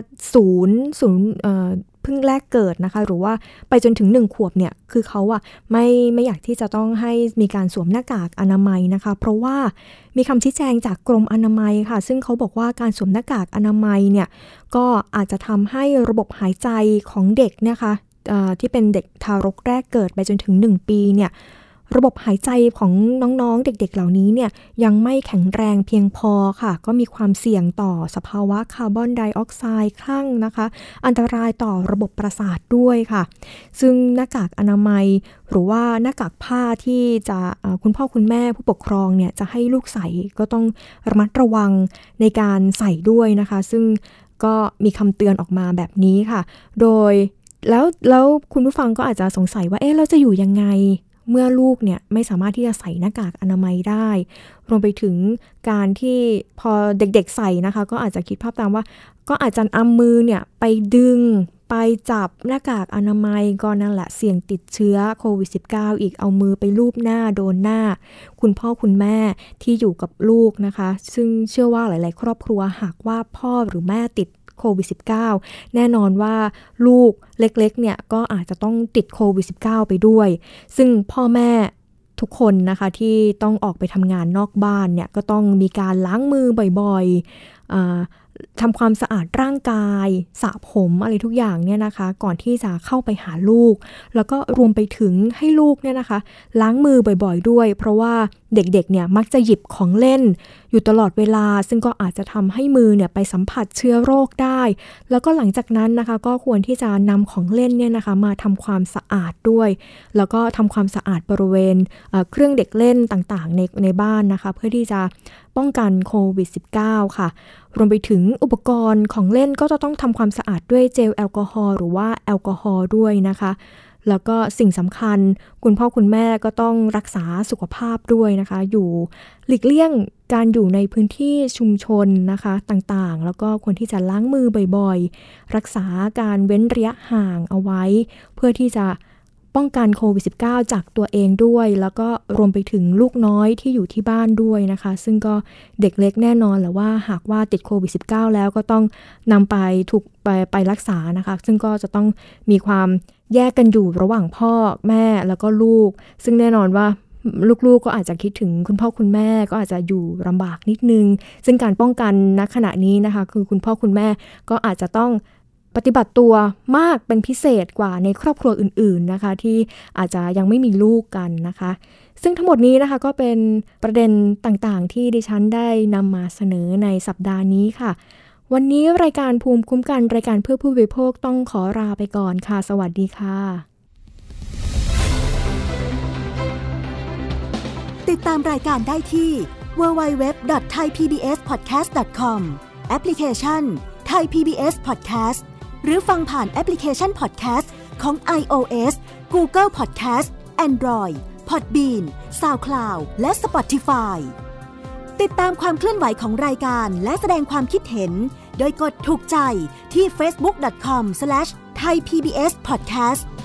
เพิ่งแรกเกิดนะคะหรือว่าไปจนถึง1ขวบเนี่ยคือเขาไม่อยากที่จะต้องให้มีการสวมหน้ากากอนามัยนะคะเพราะว่ามีคำชี้แจงจากกรมอนามัยค่ะซึ่งเขาบอกว่าการสวมหน้ากากอนามัยเนี่ยก็อาจจะทำให้ระบบหายใจของเด็กนะคะที่เป็นเด็กทารกแรกเกิดไปจนถึง1ปีเนี่ยระบบหายใจของน้องๆเด็กๆเหล่านี้เนี่ยยังไม่แข็งแรงเพียงพอค่ะก็มีความเสี่ยงต่อสภาวะคาร์บอนไดออกไซด์คลั่งนะคะอันตรายต่อระบบประสาทด้วยค่ะซึ่งหน้ากากอนามัยหรือว่าหน้ากากผ้าที่จะคุณพ่อคุณแม่ผู้ปกครองเนี่ยจะให้ลูกใส่ก็ต้องระมัดระวังในการใส่ด้วยนะคะซึ่งก็มีคำเตือนออกมาแบบนี้ค่ะโดยแล้วคุณผู้ฟังก็อาจจะสงสัยว่าเราจะอยู่ยังไงเมื่อลูกเนี่ยไม่สามารถที่จะใส่หน้ากากอนามัยได้รวมไปถึงการที่พอเด็กๆใส่นะคะก็อาจจะคิดภาพตามว่าก็อาจจะเอามือเนี่ยไปดึงไปจับหน้ากากอนามัยก็นั่นแหละเสี่ยงติดเชื้อโควิด -19 อีกเอามือไปลูบหน้าโดนหน้าคุณพ่อคุณแม่ที่อยู่กับลูกนะคะซึ่งเชื่อว่าหลายๆครอบครัวหากว่าพ่อหรือแม่ติดโควิด -19 แน่นอนว่าลูกเล็กๆเนี่ยก็อาจจะต้องติดโควิด -19 ไปด้วยซึ่งพ่อแม่ทุกคนนะคะที่ต้องออกไปทำงานนอกบ้านเนี่ยก็ต้องมีการล้างมือบ่อยๆทำความสะอาดร่างกายสระผมอะไรทุกอย่างเนี่ยนะคะก่อนที่จะเข้าไปหาลูกแล้วก็รวมไปถึงให้ลูกเนี่ยนะคะล้างมือบ่อยๆด้วยเพราะว่าเด็กๆเนี่ยมักจะหยิบของเล่นอยู่ตลอดเวลาซึ่งก็อาจจะทำให้มือเนี่ยไปสัมผัสเชื้อโรคได้แล้วก็หลังจากนั้นนะคะก็ควรที่จะนำของเล่นเนี่ยนะคะมาทำความสะอาดด้วยแล้วก็ทำความสะอาดบริเวณเครื่องเด็กเล่นต่างๆในบ้านนะคะเพื่อที่จะป้องกันโควิด -19 ค่ะรวมไปถึงอุปกรณ์ของเล่นก็จะต้องทำความสะอาดด้วยเจลแอลกอฮอล์หรือว่าแอลกอฮอล์ด้วยนะคะแล้วก็สิ่งสำคัญคุณพ่อคุณแม่ก็ต้องรักษาสุขภาพด้วยนะคะหลีกเลี่ยงการอยู่ในพื้นที่ชุมชนนะคะต่างๆแล้วก็ควรที่จะล้างมือบ่อยๆรักษาการเว้นระยะห่างเอาไว้เพื่อที่จะป้องกันโควิด -19 จากตัวเองด้วยแล้วก็รวมไปถึงลูกน้อยที่อยู่ที่บ้านด้วยนะคะซึ่งก็เด็กเล็กแน่นอนแหละว่าหากว่าติดโควิด -19 แล้วก็ต้องนำไปรักษานะคะซึ่งก็จะต้องมีความแยกกันอยู่ระหว่างพ่อแม่แล้วก็ลูกซึ่งแน่นอนว่าลูกๆก็อาจจะคิดถึงคุณพ่อคุณแม่ก็อาจจะอยู่ลำบากนิดนึงซึ่งการป้องกันณขณะนี้นะคะคือคุณพ่อคุณแม่ก็อาจจะต้องปฏิบัติตัวมากเป็นพิเศษกว่าในครอบครัวอื่นๆนะคะที่อาจจะยังไม่มีลูกกันนะคะซึ่งทั้งหมดนี้นะคะก็เป็นประเด็นต่างๆที่ดิฉันได้นำมาเสนอในสัปดาห์นี้ค่ะวันนี้รายการภูมิคุ้มกันรายการเพื่อผู้บริโภคต้องขอลาไปก่อนค่ะสวัสดีค่ะติดตามรายการได้ที่ www.thaipbspodcast.com แอปพลิเคชัน Thai PBS Podcast หรือฟังผ่านแอปพลิเคชัน Podcast ของ iOS, Google Podcast, Android, Podbean, SoundCloud และ Spotify ติดตามความเคลื่อนไหวของรายการและแสดงความคิดเห็นโดยกดถูกใจที่ facebook.com/thaipbspodcast